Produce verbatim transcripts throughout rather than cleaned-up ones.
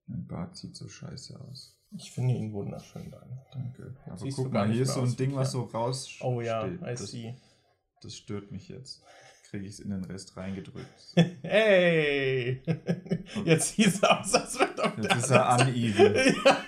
Mein Bart sieht so scheiße aus. Ich finde ihn wunderschön dann. Danke. Aber guck mal, hier ist so ein Ding, was so raussteht. Oh ja, I das, see. Das stört mich jetzt. Kriege ich es in den Rest reingedrückt. Hey! Jetzt sieht es aus, als wird doch Jetzt ist er uneven.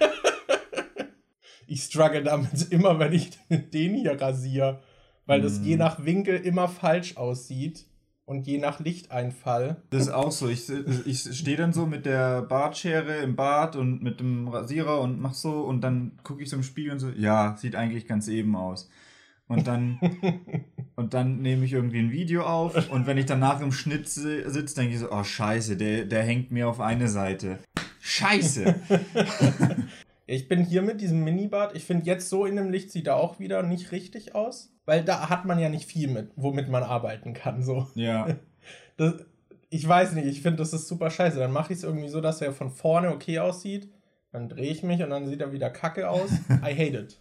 Ich struggle damit immer, wenn ich den hier rasiere. Weil das mm. je nach Winkel immer falsch aussieht. Und je nach Lichteinfall. Das ist auch so. Ich, ich stehe dann so mit der Bartschere im Bad und mit dem Rasierer und mach so. Und dann gucke ich so im Spiegel und so, ja, sieht eigentlich ganz eben aus. Und dann, und dann nehme ich irgendwie ein Video auf. Und wenn ich danach im Schnitt sitze, denke ich so, oh scheiße, der, der hängt mir auf eine Seite. Scheiße! Ich bin hier mit diesem Minibart. Ich finde, jetzt so in dem Licht sieht er auch wieder nicht richtig aus. Weil da hat man ja nicht viel mit, womit man arbeiten kann. So. Ja. Das, ich weiß nicht, ich finde, das ist super scheiße. Dann mache ich es irgendwie so, dass er von vorne okay aussieht. Dann drehe ich mich und dann sieht er wieder kacke aus. I hate it.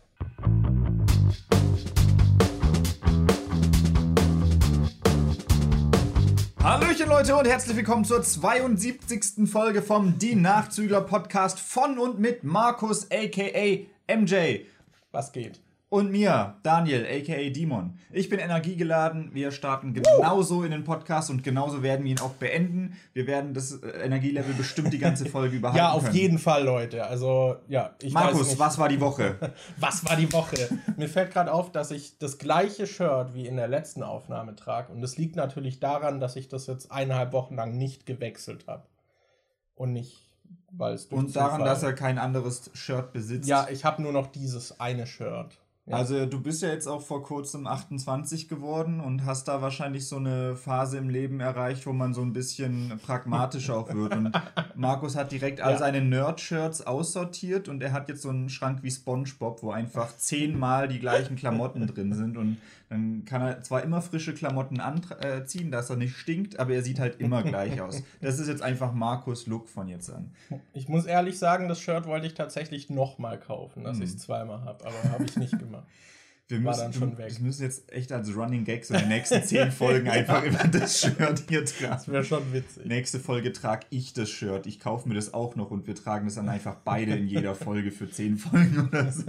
Hallöchen Leute und herzlich willkommen zur zweiundsiebzigsten Folge vom Die Nachzügler Podcast von und mit Markus aka M J. Was geht? Und mir, Daniel aka Dimon. Ich bin energiegeladen, wir starten genauso in den Podcast und genauso werden wir ihn auch beenden. Wir werden das Energielevel bestimmt die ganze Folge überhalten Ja, auf können. jeden Fall, Leute. Also, ja, ich Markus, weiß nicht. was war die Woche? Was war die Woche? Mir fällt gerade auf, dass ich das gleiche Shirt wie in der letzten Aufnahme trage. Und das liegt natürlich daran, dass ich das jetzt eineinhalb Wochen lang nicht gewechselt habe. Und nicht, weil es durch Und daran, Zufall- dass er kein anderes Shirt besitzt. Ja, ich habe nur noch dieses eine Shirt. Ja. Also du bist ja jetzt auch vor kurzem achtundzwanzig geworden und hast da wahrscheinlich so eine Phase im Leben erreicht, wo man so ein bisschen pragmatischer auch wird. Und Markus hat direkt all Ja. seine Nerd-Shirts aussortiert und er hat jetzt so einen Schrank wie SpongeBob, wo einfach zehnmal die gleichen Klamotten drin sind. Und dann kann er zwar immer frische Klamotten anziehen, dass er nicht stinkt, aber er sieht halt immer gleich aus. Das ist jetzt einfach Markus' Look von jetzt an. Ich muss ehrlich sagen, das Shirt wollte ich tatsächlich nochmal kaufen, dass Hm. ich es zweimal habe, aber habe ich nicht gemacht. Wir War müssen, dann schon weg. Wir müssen jetzt echt als Running Gag so in den nächsten zehn Folgen einfach immer das Shirt hier tragen. Das wäre schon witzig. Nächste Folge trage ich das Shirt. Ich kaufe mir das auch noch und wir tragen das dann einfach beide in jeder Folge für zehn Folgen oder so.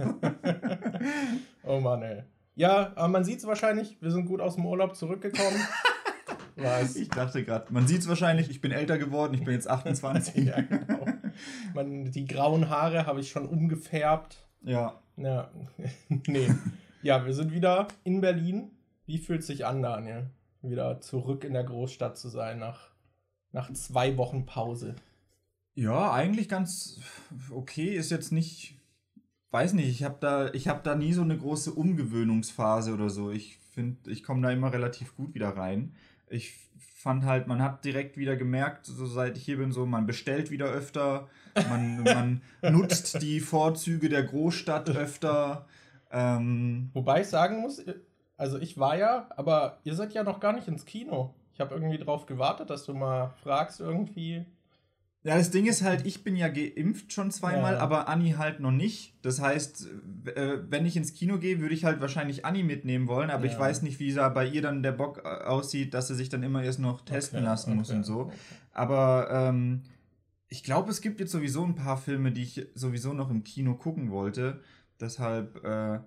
Oh Mann, ey. Ja, aber man sieht es wahrscheinlich, wir sind gut aus dem Urlaub zurückgekommen. Was? Ich dachte gerade, man sieht es wahrscheinlich, ich bin älter geworden, ich bin jetzt achtundzwanzig. Ja, genau. Man, die grauen Haare habe ich schon umgefärbt. Ja. Ja, nee. Ja, wir sind wieder in Berlin. Wie fühlt es sich an, Daniel? Wieder zurück in der Großstadt zu sein nach, nach zwei Wochen Pause. Ja, eigentlich ganz okay. Ist jetzt nicht, weiß nicht, ich habe da, ich hab da nie so eine große Umgewöhnungsphase oder so. Ich finde, ich komme da immer relativ gut wieder rein. Ich fand halt, man hat direkt wieder gemerkt, so seit ich hier bin, so man bestellt wieder öfter, man, man nutzt die Vorzüge der Großstadt öfter. Ähm, Wobei ich sagen muss, also ich war ja, aber ihr seid ja noch gar nicht ins Kino. Ich habe irgendwie drauf gewartet, dass du mal fragst irgendwie. Ja, das Ding ist halt, ich bin ja geimpft schon zweimal, Ja. aber Anni halt noch nicht. Das heißt, äh, wenn ich ins Kino gehe, würde ich halt wahrscheinlich Anni mitnehmen wollen, aber Ja. ich weiß nicht, wie da bei ihr dann der Bock äh, aussieht, dass sie sich dann immer erst noch testen Okay, lassen muss okay, und so. okay. Aber ähm, ich glaube, es gibt jetzt sowieso ein paar Filme, die ich sowieso noch im Kino gucken wollte. Deshalb, äh,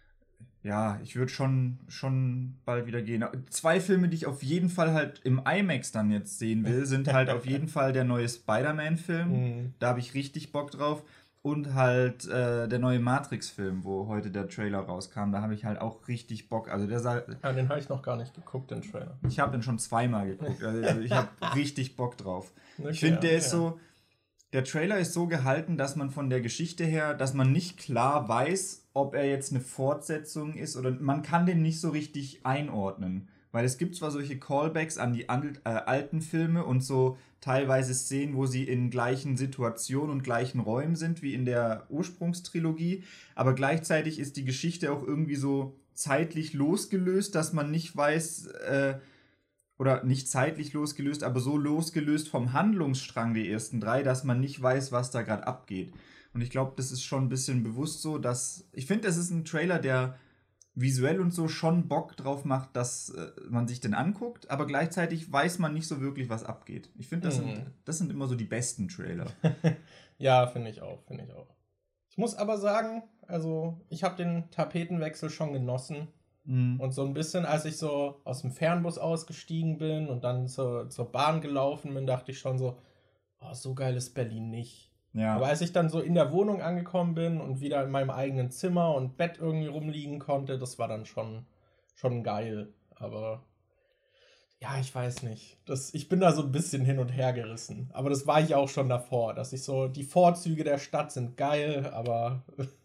ja, ich würde schon, schon bald wieder gehen. Zwei Filme, die ich auf jeden Fall halt im IMAX dann jetzt sehen will, sind halt auf jeden Fall der neue Spider-Man-Film. Mhm. Da habe ich richtig Bock drauf. Und halt äh, der neue Matrix-Film, wo heute der Trailer rauskam. Da habe ich halt auch richtig Bock. Also der sah, Ja, den habe ich noch gar nicht geguckt, den Trailer. ich habe den schon zweimal geguckt. Also ich habe richtig Bock drauf. Okay, Ich finde, der ja, ist ja. so, der Trailer ist so gehalten, dass man von der Geschichte her, dass man nicht klar weiß, ob er jetzt eine Fortsetzung ist oder man kann den nicht so richtig einordnen. Weil es gibt zwar solche Callbacks an die an, äh, alten Filme und so teilweise Szenen, wo sie in gleichen Situationen und gleichen Räumen sind, wie in der Ursprungstrilogie, aber gleichzeitig ist die Geschichte auch irgendwie so zeitlich losgelöst, dass man nicht weiß, äh, oder nicht zeitlich losgelöst, aber so losgelöst vom Handlungsstrang der ersten drei, dass man nicht weiß, was da gerade abgeht. Und ich glaube, das ist schon ein bisschen bewusst so, dass, ich finde, das ist ein Trailer, der visuell und so schon Bock drauf macht, dass äh, man sich den anguckt, aber gleichzeitig weiß man nicht so wirklich, was abgeht. Ich finde, das, Mhm. sind, das sind immer so die besten Trailer. Ja, finde ich auch, finde ich auch. Ich muss aber sagen, also ich habe den Tapetenwechsel schon genossen. Mhm. Und so ein bisschen, als ich so aus dem Fernbus ausgestiegen bin und dann zur, zur Bahn gelaufen bin, dachte ich schon so, oh, so geil ist Berlin nicht. Ja. Aber als ich dann so in der Wohnung angekommen bin und wieder in meinem eigenen Zimmer und Bett irgendwie rumliegen konnte, das war dann schon, schon geil. Aber ja, ich weiß nicht. Das, ich bin da so ein bisschen hin und her gerissen. Aber das war ich auch schon davor, dass ich so, die Vorzüge der Stadt sind geil, aber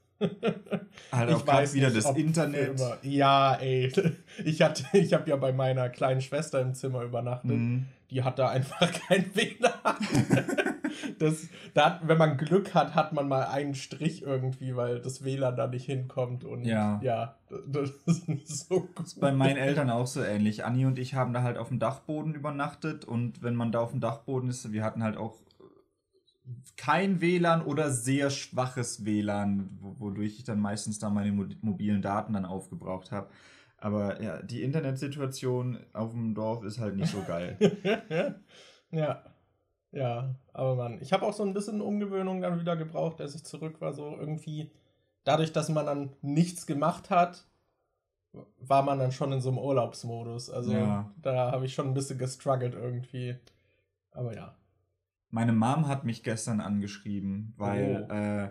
Halt ich auch gerade weiß wieder nicht, das ob für Internet. immer. Ja, ey. Ich hatte, ich habe ja bei meiner kleinen Schwester im Zimmer übernachtet. Mhm. Die hat da einfach kein W L A N. Das, da hat, wenn man Glück hat, hat man mal einen Strich irgendwie, weil das W L A N da nicht hinkommt. Und Ja. ja, das ist nicht so gut. Ist bei meinen Eltern auch so ähnlich. Anni und ich haben da halt auf dem Dachboden übernachtet und wenn man da auf dem Dachboden ist, wir hatten halt auch kein W L A N oder sehr schwaches W L A N, wodurch ich dann meistens da meine mobilen Daten dann aufgebraucht habe. Aber ja, die Internetsituation auf dem Dorf ist halt nicht so geil. Ja, ja, aber Mann, ich habe auch so ein bisschen Umgewöhnung dann wieder gebraucht, als ich zurück war, so irgendwie, dadurch, dass man dann nichts gemacht hat, war man dann schon in so einem Urlaubsmodus. Also Ja. da habe ich schon ein bisschen gestruggelt irgendwie. Aber ja. Meine Mom hat mich gestern angeschrieben, weil Oh. äh,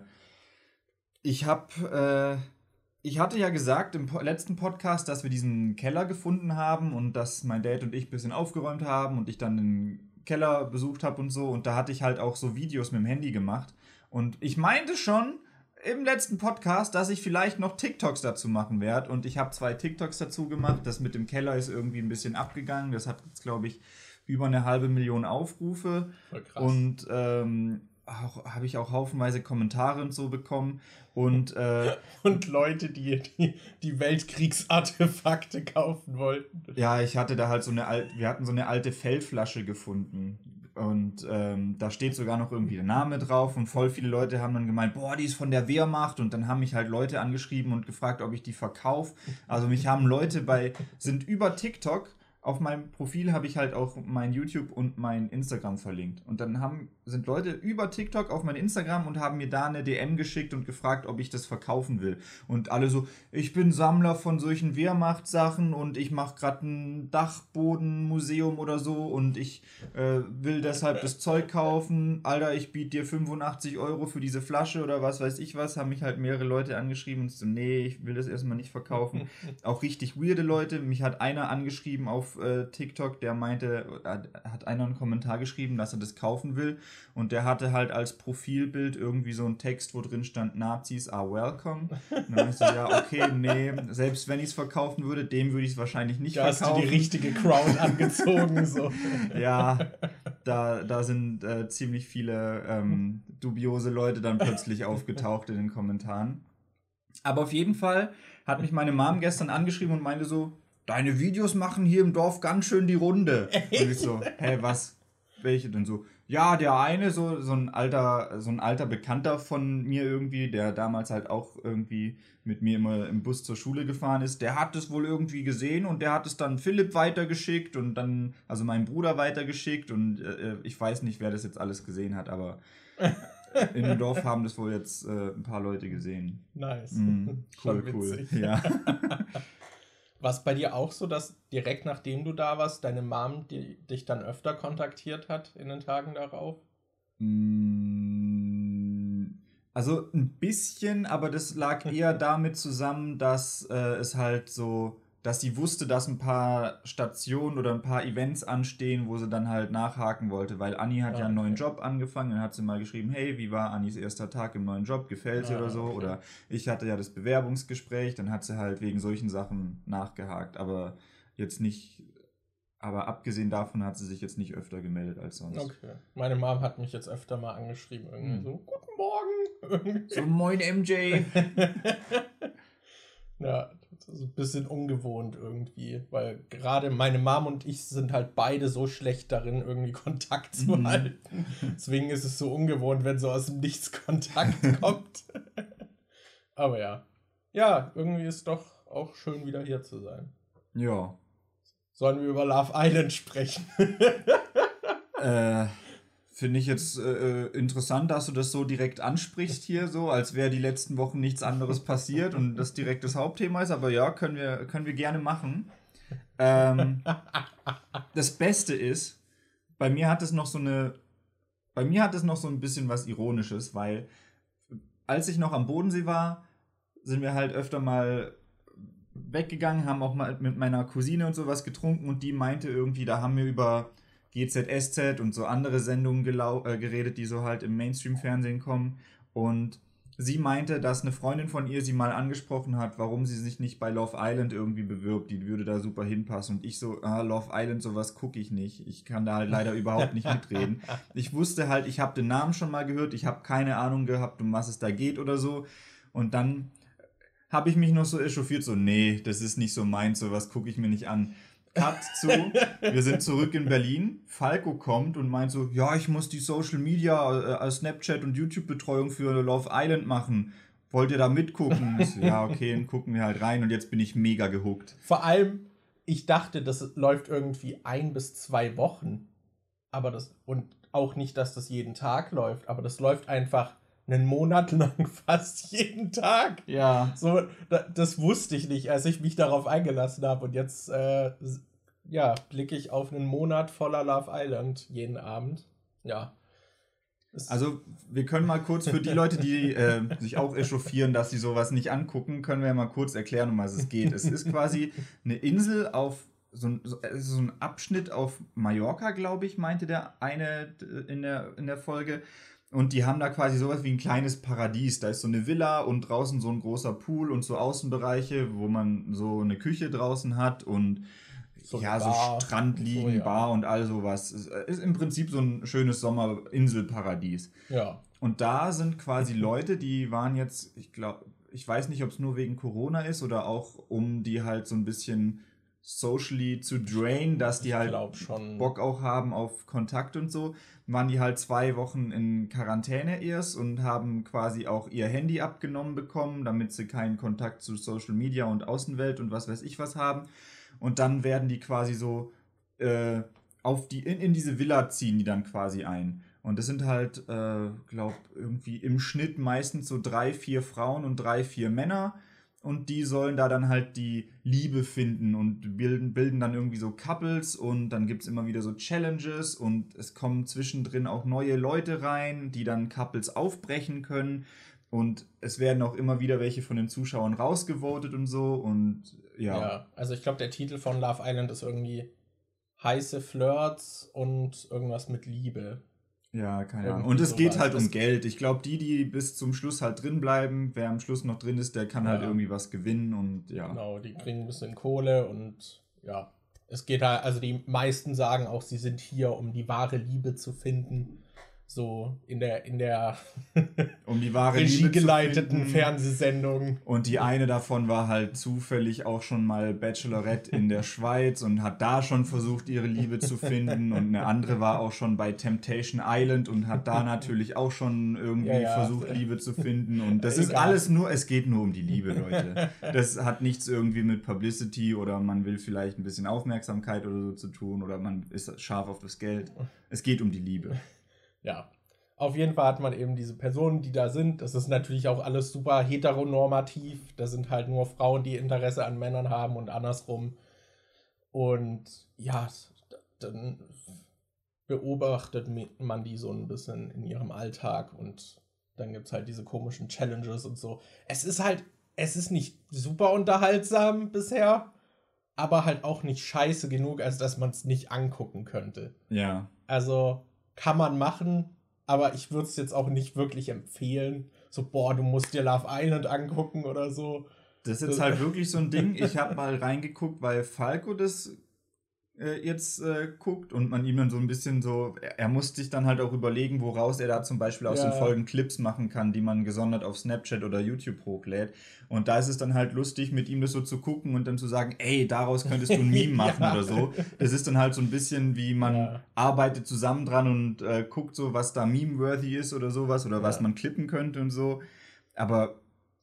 ich habe, äh, ich hatte ja gesagt im po- letzten Podcast, dass wir diesen Keller gefunden haben und dass mein Dad und ich ein bisschen aufgeräumt haben und ich dann den Keller besucht habe und so. Und da hatte ich halt auch so Videos mit dem Handy gemacht. Und ich meinte schon im letzten Podcast, dass ich vielleicht noch TikToks dazu machen werde. Und ich habe zwei TikToks dazu gemacht. Das mit dem Keller ist irgendwie ein bisschen abgegangen. Das hat jetzt, glaube ich, über eine halbe Million Aufrufe. Voll krass. Und ähm, habe ich auch haufenweise Kommentare und so bekommen. Und, äh, Und Leute, die, die die Weltkriegsartefakte kaufen wollten. ja, ich hatte da halt so eine alte, wir hatten so eine alte Feldflasche gefunden. Und ähm, da steht sogar noch irgendwie der Name drauf. Und voll viele Leute haben dann gemeint, boah, die ist von der Wehrmacht. Und dann haben mich halt Leute angeschrieben und gefragt, ob ich die verkaufe. Also mich haben Leute bei, sind über TikTok. Auf meinem Profil habe ich halt auch mein YouTube und mein Instagram verlinkt. Und dann haben, sind Leute über TikTok auf mein Instagram und haben mir da eine D M geschickt und gefragt, ob ich das verkaufen will. Und alle so, ich bin Sammler von solchen Wehrmachtssachen und ich mache gerade ein Dachbodenmuseum oder so und ich äh, will deshalb das Zeug kaufen. Alter, ich biete dir fünfundachtzig Euro für diese Flasche oder was weiß ich was. Haben mich halt mehrere Leute angeschrieben und so, nee, ich will das erstmal nicht verkaufen. Auch richtig weirde Leute. Mich hat einer angeschrieben auf äh, TikTok, der meinte, äh, hat einer einen Kommentar geschrieben, dass er das kaufen will und der hatte halt als Profilbild irgendwie so einen Text, wo drin stand, Nazis are welcome. Und dann ich so, ja, okay, nee, selbst wenn ich es verkaufen würde, dem würde ich es wahrscheinlich nicht Da hast du verkaufen. die richtige Crowd angezogen. So. Ja, da, da sind äh, ziemlich viele ähm, dubiose Leute dann plötzlich aufgetaucht in den Kommentaren. Aber auf jeden Fall hat mich meine Mom gestern angeschrieben und meinte so, deine Videos machen hier im Dorf ganz schön die Runde. Und ich so, hä, was? Welche denn so? Ja, der eine, so, so ein alter, so ein alter Bekannter von mir irgendwie, der damals halt auch irgendwie mit mir immer im Bus zur Schule gefahren ist, der hat es wohl irgendwie gesehen und der hat es dann Philipp weitergeschickt und dann, also meinem Bruder weitergeschickt und äh, ich weiß nicht, wer das jetzt alles gesehen hat, aber in dem Dorf haben das wohl jetzt äh, ein paar Leute gesehen. Nice. Mhm, cool, Schon cool. witzig. Ja. War es bei dir auch so, dass direkt nachdem du da warst, deine Mom die, dich dann öfter kontaktiert hat in den Tagen darauf? Also ein bisschen, aber das lag eher damit zusammen, dass äh, es halt so, dass sie wusste, dass ein paar Stationen oder ein paar Events anstehen, wo sie dann halt nachhaken wollte, weil Anni hat Ah, ja einen neuen okay. Job angefangen, dann hat sie mal geschrieben, hey, wie war Annis erster Tag im neuen Job, gefällt sie Ah, oder so, okay. oder ich hatte ja das Bewerbungsgespräch, dann hat sie halt wegen solchen Sachen nachgehakt, aber jetzt nicht, aber abgesehen davon hat sie sich jetzt nicht öfter gemeldet als sonst. Okay. Meine Mom hat mich jetzt öfter mal angeschrieben, irgendwie Hm. so, guten Morgen. So, moin M J. Ja, das ist ein bisschen ungewohnt irgendwie, weil gerade meine Mom und ich sind halt beide so schlecht darin, irgendwie Kontakt zu Mhm. halten. Deswegen ist es so ungewohnt, wenn so aus dem Nichts Kontakt kommt. Aber ja. Ja, irgendwie ist doch auch schön, wieder hier zu sein. Ja. Sollen wir über Love Island sprechen? Äh, Finde ich jetzt äh, interessant, dass du das so direkt ansprichst hier, so als wäre die letzten Wochen nichts anderes passiert und das direkt das Hauptthema ist, aber ja, können wir, können wir gerne machen. Ähm, das Beste ist, bei mir hat es noch so eine, bei mir hat es noch so ein bisschen was Ironisches, weil als ich noch am Bodensee war, sind wir halt öfter mal weggegangen, haben auch mal mit meiner Cousine und sowas getrunken und die meinte irgendwie, da haben wir über G Z S Z und so andere Sendungen gelau- äh, geredet, die so halt im Mainstream-Fernsehen kommen. Und sie meinte, dass eine Freundin von ihr sie mal angesprochen hat, warum sie sich nicht bei Love Island irgendwie bewirbt. Die würde da super hinpassen. Und ich so, ah, Love Island, sowas gucke ich nicht. Ich kann da halt leider überhaupt nicht mitreden. Ich wusste halt, ich habe den Namen schon mal gehört. Ich habe keine Ahnung gehabt, um was es da geht oder so. Und dann habe ich mich noch so echauffiert, so, nee, das ist nicht so meins, sowas gucke ich mir nicht an. Cut zu, wir sind zurück in Berlin, Falco kommt und meint so, ja, ich muss die Social Media, äh, Snapchat und YouTube-Betreuung für Love Island machen. Wollt ihr da mitgucken? Ich so, ja, okay, dann gucken wir halt rein und jetzt bin ich mega gehuckt. Vor allem, ich dachte, das läuft irgendwie ein bis zwei Wochen. Aber das, und auch nicht, dass das jeden Tag läuft, aber das läuft einfach einen Monat lang fast jeden Tag. Ja. So, da, das wusste ich nicht, als ich mich darauf eingelassen habe. Und jetzt, äh, ja, blicke ich auf einen Monat voller Love Island jeden Abend. Ja. Also, wir können mal kurz für die Leute, die äh, sich auch echauffieren, dass sie sowas nicht angucken, können wir ja mal kurz erklären, um was es geht. Es ist quasi eine Insel auf so ein, so, so ein Abschnitt auf Mallorca, glaube ich, meinte der eine in der, in der Folge. Und die haben da quasi sowas wie ein kleines Paradies. Da ist so eine Villa und draußen so ein großer Pool und so Außenbereiche, wo man so eine Küche draußen hat und so ja, so Strandliegen, so, ja. Bar und all sowas. Es ist im Prinzip so ein schönes Sommerinselparadies. Ja. Und da sind quasi Leute, die waren jetzt, ich glaube, ich weiß nicht, ob es nur wegen Corona ist oder auch um die halt so ein bisschen socially zu drain, dass die halt Bock auch haben auf Kontakt und so, waren die halt zwei Wochen in Quarantäne erst und haben quasi auch ihr Handy abgenommen bekommen, damit sie keinen Kontakt zu Social Media und Außenwelt und was weiß ich was haben. Und dann werden die quasi so äh, auf die, in, in diese Villa ziehen die dann quasi ein. Und das sind halt, äh, glaub, irgendwie im Schnitt meistens so drei, vier Frauen und drei, vier Männer. Und die sollen da dann halt die Liebe finden und bilden, bilden dann irgendwie so Couples und dann gibt es immer wieder so Challenges und es kommen zwischendrin auch neue Leute rein, die dann Couples aufbrechen können und es werden auch immer wieder welche von den Zuschauern rausgevotet und so und ja. Ja, also ich glaube, der Titel von Love Island ist irgendwie heiße Flirts und irgendwas mit Liebe. Ja, keine Ahnung. Und es geht halt um Geld. Ich glaube, die, die bis zum Schluss halt drin bleiben, wer am Schluss noch drin ist, der kann ja. halt irgendwie was gewinnen und ja. Genau, die kriegen ein bisschen Kohle und ja. Es geht halt, also die meisten sagen auch, sie sind hier, um die wahre Liebe zu finden. So in der, in der um die wahre regiegeleiteten Fernsehsendung. Und die eine davon war halt zufällig auch schon mal Bachelorette in der Schweiz und hat da schon versucht, ihre Liebe zu finden. Und eine andere war auch schon bei Temptation Island und hat da natürlich auch schon irgendwie ja, ja. versucht, Liebe zu finden. Und das Egal. ist alles nur, es geht nur um die Liebe, Leute. Das hat nichts irgendwie mit Publicity oder man will vielleicht ein bisschen Aufmerksamkeit oder so zu tun oder man ist scharf auf das Geld. Es geht um die Liebe. Ja, auf jeden Fall hat man eben diese Personen, die da sind. Das ist natürlich auch alles super heteronormativ. Das sind halt nur Frauen, die Interesse an Männern haben und andersrum. Und ja, dann beobachtet man die so ein bisschen in ihrem Alltag und dann gibt es halt diese komischen Challenges und so. Es ist halt, es ist nicht super unterhaltsam bisher, aber halt auch nicht scheiße genug, als dass man es nicht angucken könnte. Ja. Also kann man machen, aber ich würde es jetzt auch nicht wirklich empfehlen. So, boah, du musst dir Love Island angucken oder so. Das ist jetzt halt wirklich so ein Ding. Ich habe mal reingeguckt, weil Falco das äh, jetzt äh, guckt und man ihm dann so ein bisschen so, er, er muss sich dann halt auch überlegen, woraus er da zum Beispiel aus ja. den Folgen Clips machen kann, die man gesondert auf Snapchat oder YouTube hochlädt. Und da ist es dann halt lustig, mit ihm das so zu gucken und dann zu sagen, ey, daraus könntest du ein Meme machen ja. oder so. Das ist dann halt so ein bisschen wie man ja. arbeitet zusammen dran und äh, guckt so, was da meme-worthy ist oder sowas oder ja. was man klippen könnte und so. Aber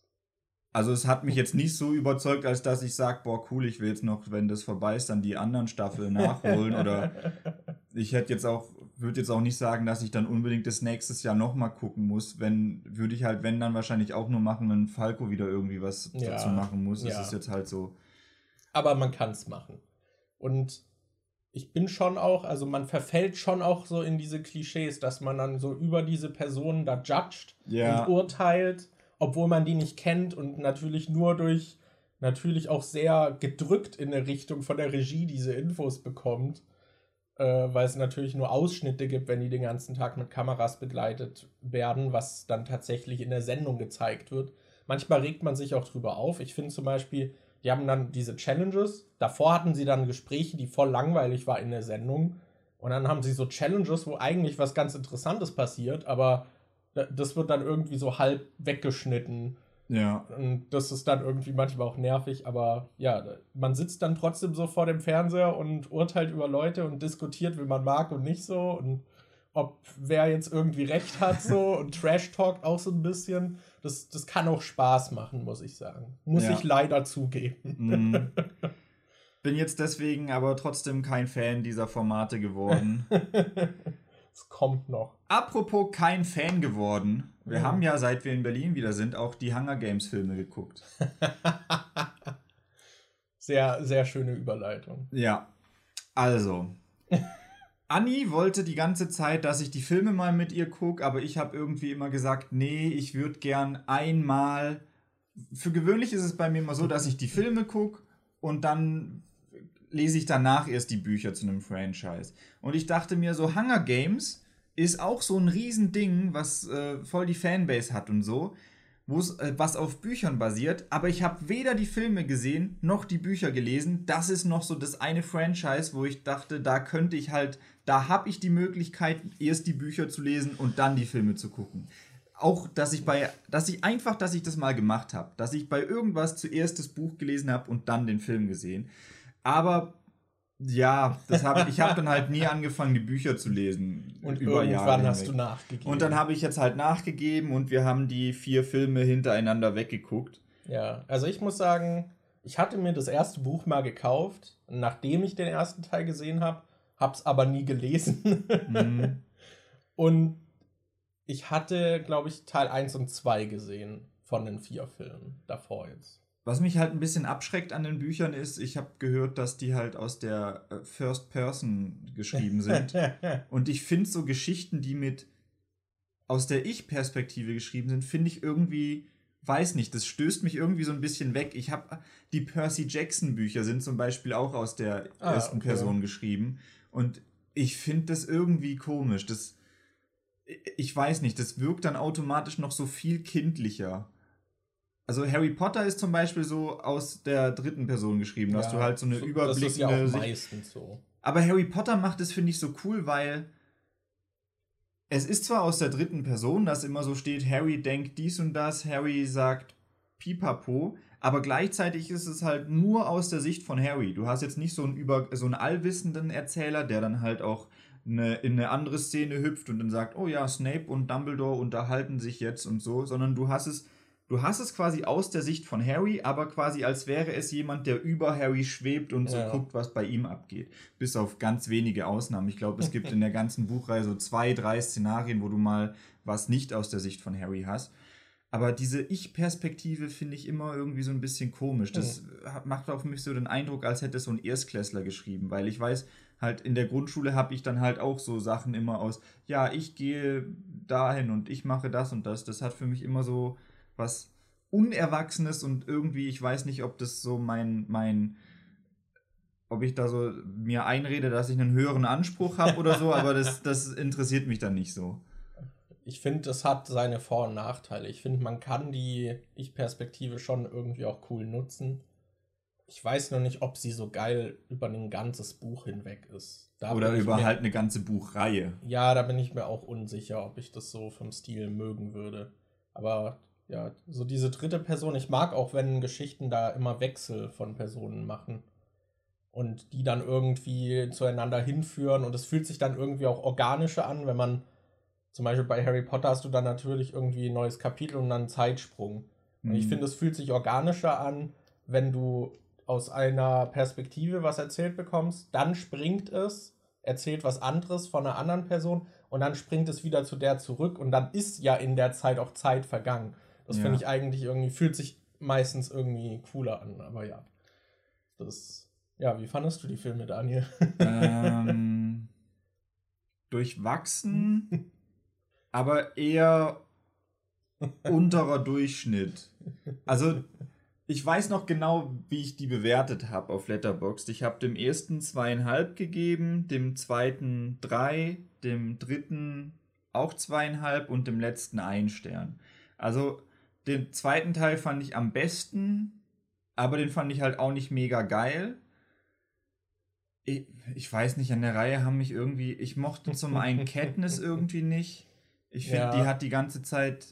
also es hat mich jetzt nicht so überzeugt, als dass ich sage, boah, cool, ich will jetzt noch, wenn das vorbei ist, dann die anderen Staffeln nachholen. Oder ich hätte jetzt auch, würde jetzt auch nicht sagen, dass ich dann unbedingt das nächstes Jahr nochmal gucken muss. Wenn, würde ich halt, wenn dann wahrscheinlich auch nur machen, wenn Falco wieder irgendwie was Ja, dazu machen muss. Das ja. ist jetzt halt so. Aber man kann es machen. Und ich bin schon auch, also man verfällt schon auch so in diese Klischees, dass man dann so über diese Personen da judgt Ja. und urteilt, obwohl man die nicht kennt und natürlich nur durch, natürlich auch sehr gedrückt in eine Richtung von der Regie diese Infos bekommt, äh, weil es natürlich nur Ausschnitte gibt, wenn die den ganzen Tag mit Kameras begleitet werden, was dann tatsächlich in der Sendung gezeigt wird. Manchmal regt man sich auch drüber auf. Ich finde zum Beispiel, die haben dann diese Challenges. Davor hatten sie dann Gespräche, die voll langweilig waren in der Sendung. Und dann haben sie so Challenges, wo eigentlich was ganz Interessantes passiert, aber das wird dann irgendwie so halb weggeschnitten. Ja. Und das ist dann irgendwie manchmal auch nervig, aber ja, man sitzt dann trotzdem so vor dem Fernseher und urteilt über Leute und diskutiert, wie man mag und nicht so und ob wer jetzt irgendwie recht hat so und Trash-Talkt auch so ein bisschen. Das, das kann auch Spaß machen, muss ich sagen. Muss Ja. ich leider zugeben. Mhm. Bin jetzt deswegen aber trotzdem kein Fan dieser Formate geworden. Es kommt noch. Apropos kein Fan geworden. Wir Mhm. haben ja, seit wir in Berlin wieder sind, auch die Hunger Games Filme geguckt. Sehr, sehr schöne Überleitung. Ja, also. Anni wollte die ganze Zeit, dass ich die Filme mal mit ihr gucke, aber ich habe irgendwie immer gesagt, nee, ich würde gern einmal... Für gewöhnlich ist es bei mir immer so, dass ich die Filme gucke und dann lese ich danach erst die Bücher zu einem Franchise. Und ich dachte mir so, Hunger Games ist auch so ein Riesending, was äh, voll die Fanbase hat und so, äh, was auf Büchern basiert, aber ich habe weder die Filme gesehen, noch die Bücher gelesen. Das ist noch so das eine Franchise, wo ich dachte, da könnte ich halt, da habe ich die Möglichkeit, erst die Bücher zu lesen und dann die Filme zu gucken. Auch, dass ich bei, dass ich einfach, dass ich das mal gemacht habe, dass ich bei irgendwas zuerst das Buch gelesen habe und dann den Film gesehen. Aber ja, das hab, ich habe dann halt nie angefangen, die Bücher zu lesen. Und über irgendwann Jahre hast hinweg. du nachgegeben. Und dann habe ich jetzt halt nachgegeben und wir haben die vier Filme hintereinander weggeguckt. Ja, also ich muss sagen, ich hatte mir das erste Buch mal gekauft, nachdem ich den ersten Teil gesehen habe, hab's aber nie gelesen. Mhm. Und ich hatte, glaube ich, Teil eins und zwei gesehen von den vier Filmen davor jetzt. Was mich halt ein bisschen abschreckt an den Büchern ist, ich habe gehört, dass die halt aus der äh, First Person geschrieben sind. Und ich finde so Geschichten, die mit aus der Ich-Perspektive geschrieben sind, finde ich irgendwie, weiß nicht, das stößt mich irgendwie so ein bisschen weg. Ich habe, die Percy Jackson Bücher sind zum Beispiel auch aus der Ah, ersten okay. Person geschrieben. Und ich finde das irgendwie komisch. Das, ich weiß nicht, das wirkt dann automatisch noch so viel kindlicher. Also Harry Potter ist zum Beispiel so aus der dritten Person geschrieben. Da hast du halt so eine überblickende Das ist ja auch Sicht. meistens so. Aber Harry Potter macht es, finde ich, so cool, weil es ist zwar aus der dritten Person, dass immer so steht, Harry denkt dies und das, Harry sagt Pipapo, aber gleichzeitig ist es halt nur aus der Sicht von Harry. Du hast jetzt nicht so einen, über, so einen allwissenden Erzähler, der dann halt auch eine, in eine andere Szene hüpft und dann sagt, oh ja, Snape und Dumbledore unterhalten sich jetzt und so, sondern du hast es Du hast es quasi aus der Sicht von Harry, aber quasi als wäre es jemand, der über Harry schwebt und so Ja. guckt, was bei ihm abgeht. Bis auf ganz wenige Ausnahmen. Ich glaube, es gibt in der ganzen Buchreihe so zwei, drei Szenarien, wo du mal was nicht aus der Sicht von Harry hast. Aber diese Ich-Perspektive finde ich immer irgendwie so ein bisschen komisch. Das hat- macht auf mich so den Eindruck, als hätte es so ein Erstklässler geschrieben, weil ich weiß, halt in der Grundschule habe ich dann halt auch so Sachen immer aus, ja, ich gehe dahin und ich mache das und das. Das hat für mich immer so was Unerwachsenes und irgendwie, ich weiß nicht, ob das so mein, mein, ob ich da so mir einrede, dass ich einen höheren Anspruch habe oder so, aber das, das interessiert mich dann nicht so. Ich finde, das hat seine Vor- und Nachteile. Ich finde, man kann die Ich-Perspektive schon irgendwie auch cool nutzen. Ich weiß nur nicht, ob sie so geil über ein ganzes Buch hinweg ist. Da Oder bin ich über mir, halt eine ganze Buchreihe. Ja, da bin ich mir auch unsicher, ob ich das so vom Stil mögen würde. Aber ja, so diese dritte Person, ich mag auch, wenn Geschichten da immer Wechsel von Personen machen und die dann irgendwie zueinander hinführen und es fühlt sich dann irgendwie auch organischer an, wenn man zum Beispiel bei Harry Potter hast du dann natürlich irgendwie ein neues Kapitel und dann einen Zeitsprung. Und ich Mhm. finde, es fühlt sich organischer an, wenn du aus einer Perspektive was erzählt bekommst, dann springt es erzählt was anderes von einer anderen Person und dann springt es wieder zu der zurück und dann ist ja in der Zeit auch Zeit vergangen. Das Ja. finde ich eigentlich irgendwie, fühlt sich meistens irgendwie cooler an, aber ja. Das, ja, wie fandest du die Filme, Daniel? Ähm, durchwachsen, aber eher unterer Durchschnitt. Also, ich weiß noch genau, wie ich die bewertet habe auf Letterboxd. Ich habe dem ersten zweieinhalb gegeben, dem zweiten drei, dem dritten auch zweieinhalb und dem letzten ein Stern. Also, den zweiten Teil fand ich am besten, aber den fand ich halt auch nicht mega geil. Ich, ich weiß nicht, an der Reihe haben mich irgendwie, ich mochte zum einen Katniss irgendwie nicht. Ich finde, Ja. die hat die ganze Zeit,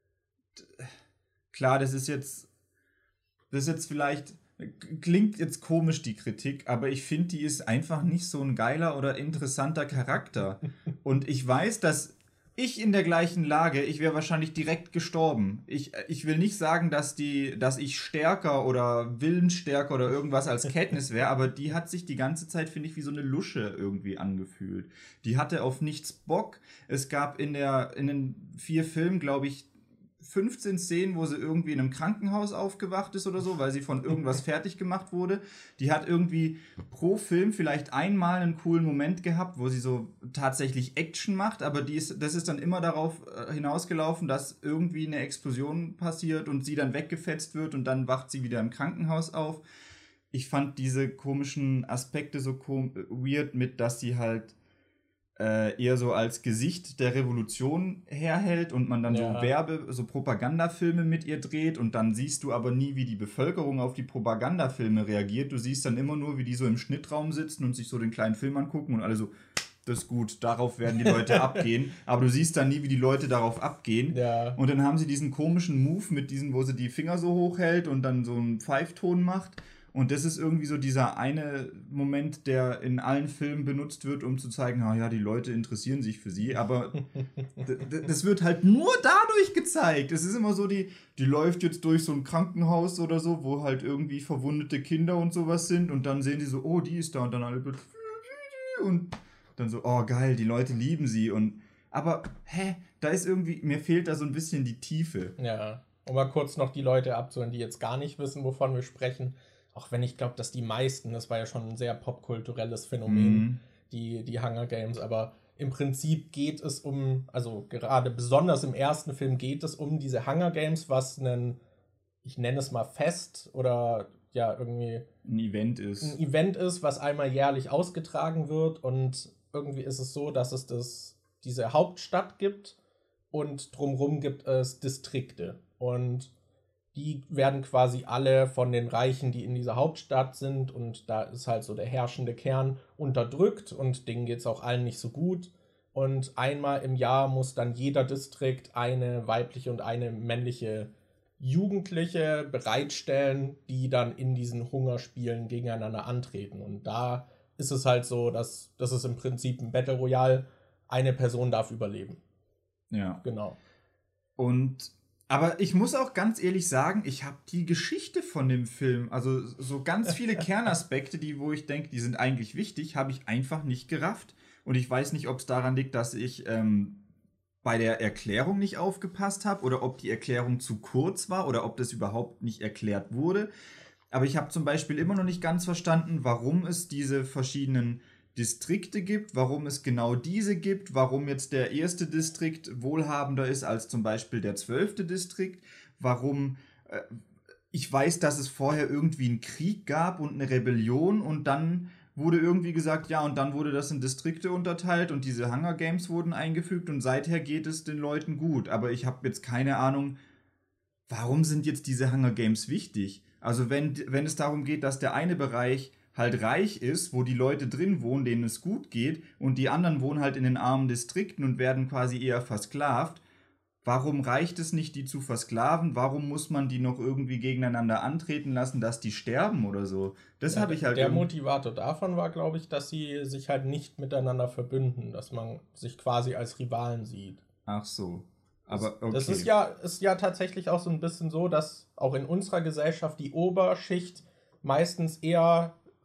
klar, das ist jetzt, das ist jetzt vielleicht, klingt jetzt komisch, die Kritik, aber ich finde, die ist einfach nicht so ein geiler oder interessanter Charakter. Und ich weiß, dass ich in der gleichen Lage, ich wäre wahrscheinlich direkt gestorben. Ich, ich will nicht sagen, dass, die, dass ich stärker oder willensstärker oder irgendwas als Katniss wäre, aber die hat sich die ganze Zeit, finde ich, wie so eine Lusche irgendwie angefühlt. Die hatte auf nichts Bock. Es gab in, der, in den vier Filmen, glaube ich, fünfzehn Szenen, wo sie irgendwie in einem Krankenhaus aufgewacht ist oder so, weil sie von irgendwas fertig gemacht wurde. Die hat irgendwie pro Film vielleicht einmal einen coolen Moment gehabt, wo sie so tatsächlich Action macht, aber die ist, das ist dann immer darauf hinausgelaufen, dass irgendwie eine Explosion passiert und sie dann weggefetzt wird und dann wacht sie wieder im Krankenhaus auf. Ich fand diese komischen Aspekte so kom- weird mit, dass sie halt Äh, eher so als Gesicht der Revolution herhält und man dann Ja. so Werbe-, so Propagandafilme mit ihr dreht und dann siehst du aber nie, wie die Bevölkerung auf die Propagandafilme reagiert. Du siehst dann immer nur, wie die so im Schnittraum sitzen und sich so den kleinen Film angucken und alle so, das ist gut, darauf werden die Leute abgehen. Aber du siehst dann nie, wie die Leute darauf abgehen. Ja. Und dann haben sie diesen komischen Move mit diesen, wo sie die Finger so hoch hält und dann so einen Pfeifton macht. Und das ist irgendwie so dieser eine Moment, der in allen Filmen benutzt wird, um zu zeigen, ah ja, die Leute interessieren sich für sie. Aber d- d- das wird halt nur dadurch gezeigt. Es ist immer so, die, die läuft jetzt durch so ein Krankenhaus oder so, wo halt irgendwie verwundete Kinder und sowas sind. Und dann sehen sie so, oh, die ist da. Und dann alle und dann so, oh geil, die Leute lieben sie. Und aber, hä, da ist irgendwie, mir fehlt da so ein bisschen die Tiefe. Ja, um mal kurz noch die Leute abzuholen, die jetzt gar nicht wissen, wovon wir sprechen. Auch wenn ich glaube, dass die meisten, das war ja schon ein sehr popkulturelles Phänomen, Mhm. die, die Hunger Games, aber im Prinzip geht es um, also gerade besonders im ersten Film geht es um diese Hunger Games, was ein, ich nenne es mal Fest oder ja irgendwie Ein Event ist. ein Event ist, was einmal jährlich ausgetragen wird und irgendwie ist es so, dass es das, diese Hauptstadt gibt und drumherum gibt es Distrikte und die werden quasi alle von den Reichen, die in dieser Hauptstadt sind und da ist halt so der herrschende Kern unterdrückt und denen geht es auch allen nicht so gut und einmal im Jahr muss dann jeder Distrikt eine weibliche und eine männliche Jugendliche bereitstellen, die dann in diesen Hungerspielen gegeneinander antreten und da ist es halt so, dass das ist im Prinzip ein Battle Royale, eine Person darf überleben. Ja. Genau. Und aber ich muss auch ganz ehrlich sagen, ich habe die Geschichte von dem Film, also so ganz viele Kernaspekte, die, wo ich denke, die sind eigentlich wichtig, habe ich einfach nicht gerafft. Und ich weiß nicht, ob es daran liegt, dass ich ähm, bei der Erklärung nicht aufgepasst habe oder ob die Erklärung zu kurz war oder ob das überhaupt nicht erklärt wurde. Aber ich habe zum Beispiel immer noch nicht ganz verstanden, warum es diese verschiedenen Distrikte gibt, warum es genau diese gibt, warum jetzt der erste Distrikt wohlhabender ist als zum Beispiel der zwölfte Distrikt, warum äh, ich weiß, dass es vorher irgendwie einen Krieg gab und eine Rebellion und dann wurde irgendwie gesagt, ja, und dann wurde das in Distrikte unterteilt und diese Hunger Games wurden eingefügt und seither geht es den Leuten gut. Aber ich habe jetzt keine Ahnung, warum sind jetzt diese Hunger Games wichtig? Also wenn, wenn es darum geht, dass der eine Bereich halt reich ist, wo die Leute drin wohnen, denen es gut geht, und die anderen wohnen halt in den armen Distrikten und werden quasi eher versklavt. Warum reicht es nicht, die zu versklaven? Warum muss man die noch irgendwie gegeneinander antreten lassen, dass die sterben oder so? Das Ja, habe ich halt der irgendwie- Motivator davon war, glaube ich, dass sie sich halt nicht miteinander verbünden, dass man sich quasi als Rivalen sieht. Ach so. Aber okay. Das ist ja, ist ja tatsächlich auch so ein bisschen so, dass auch in unserer Gesellschaft die Oberschicht meistens eher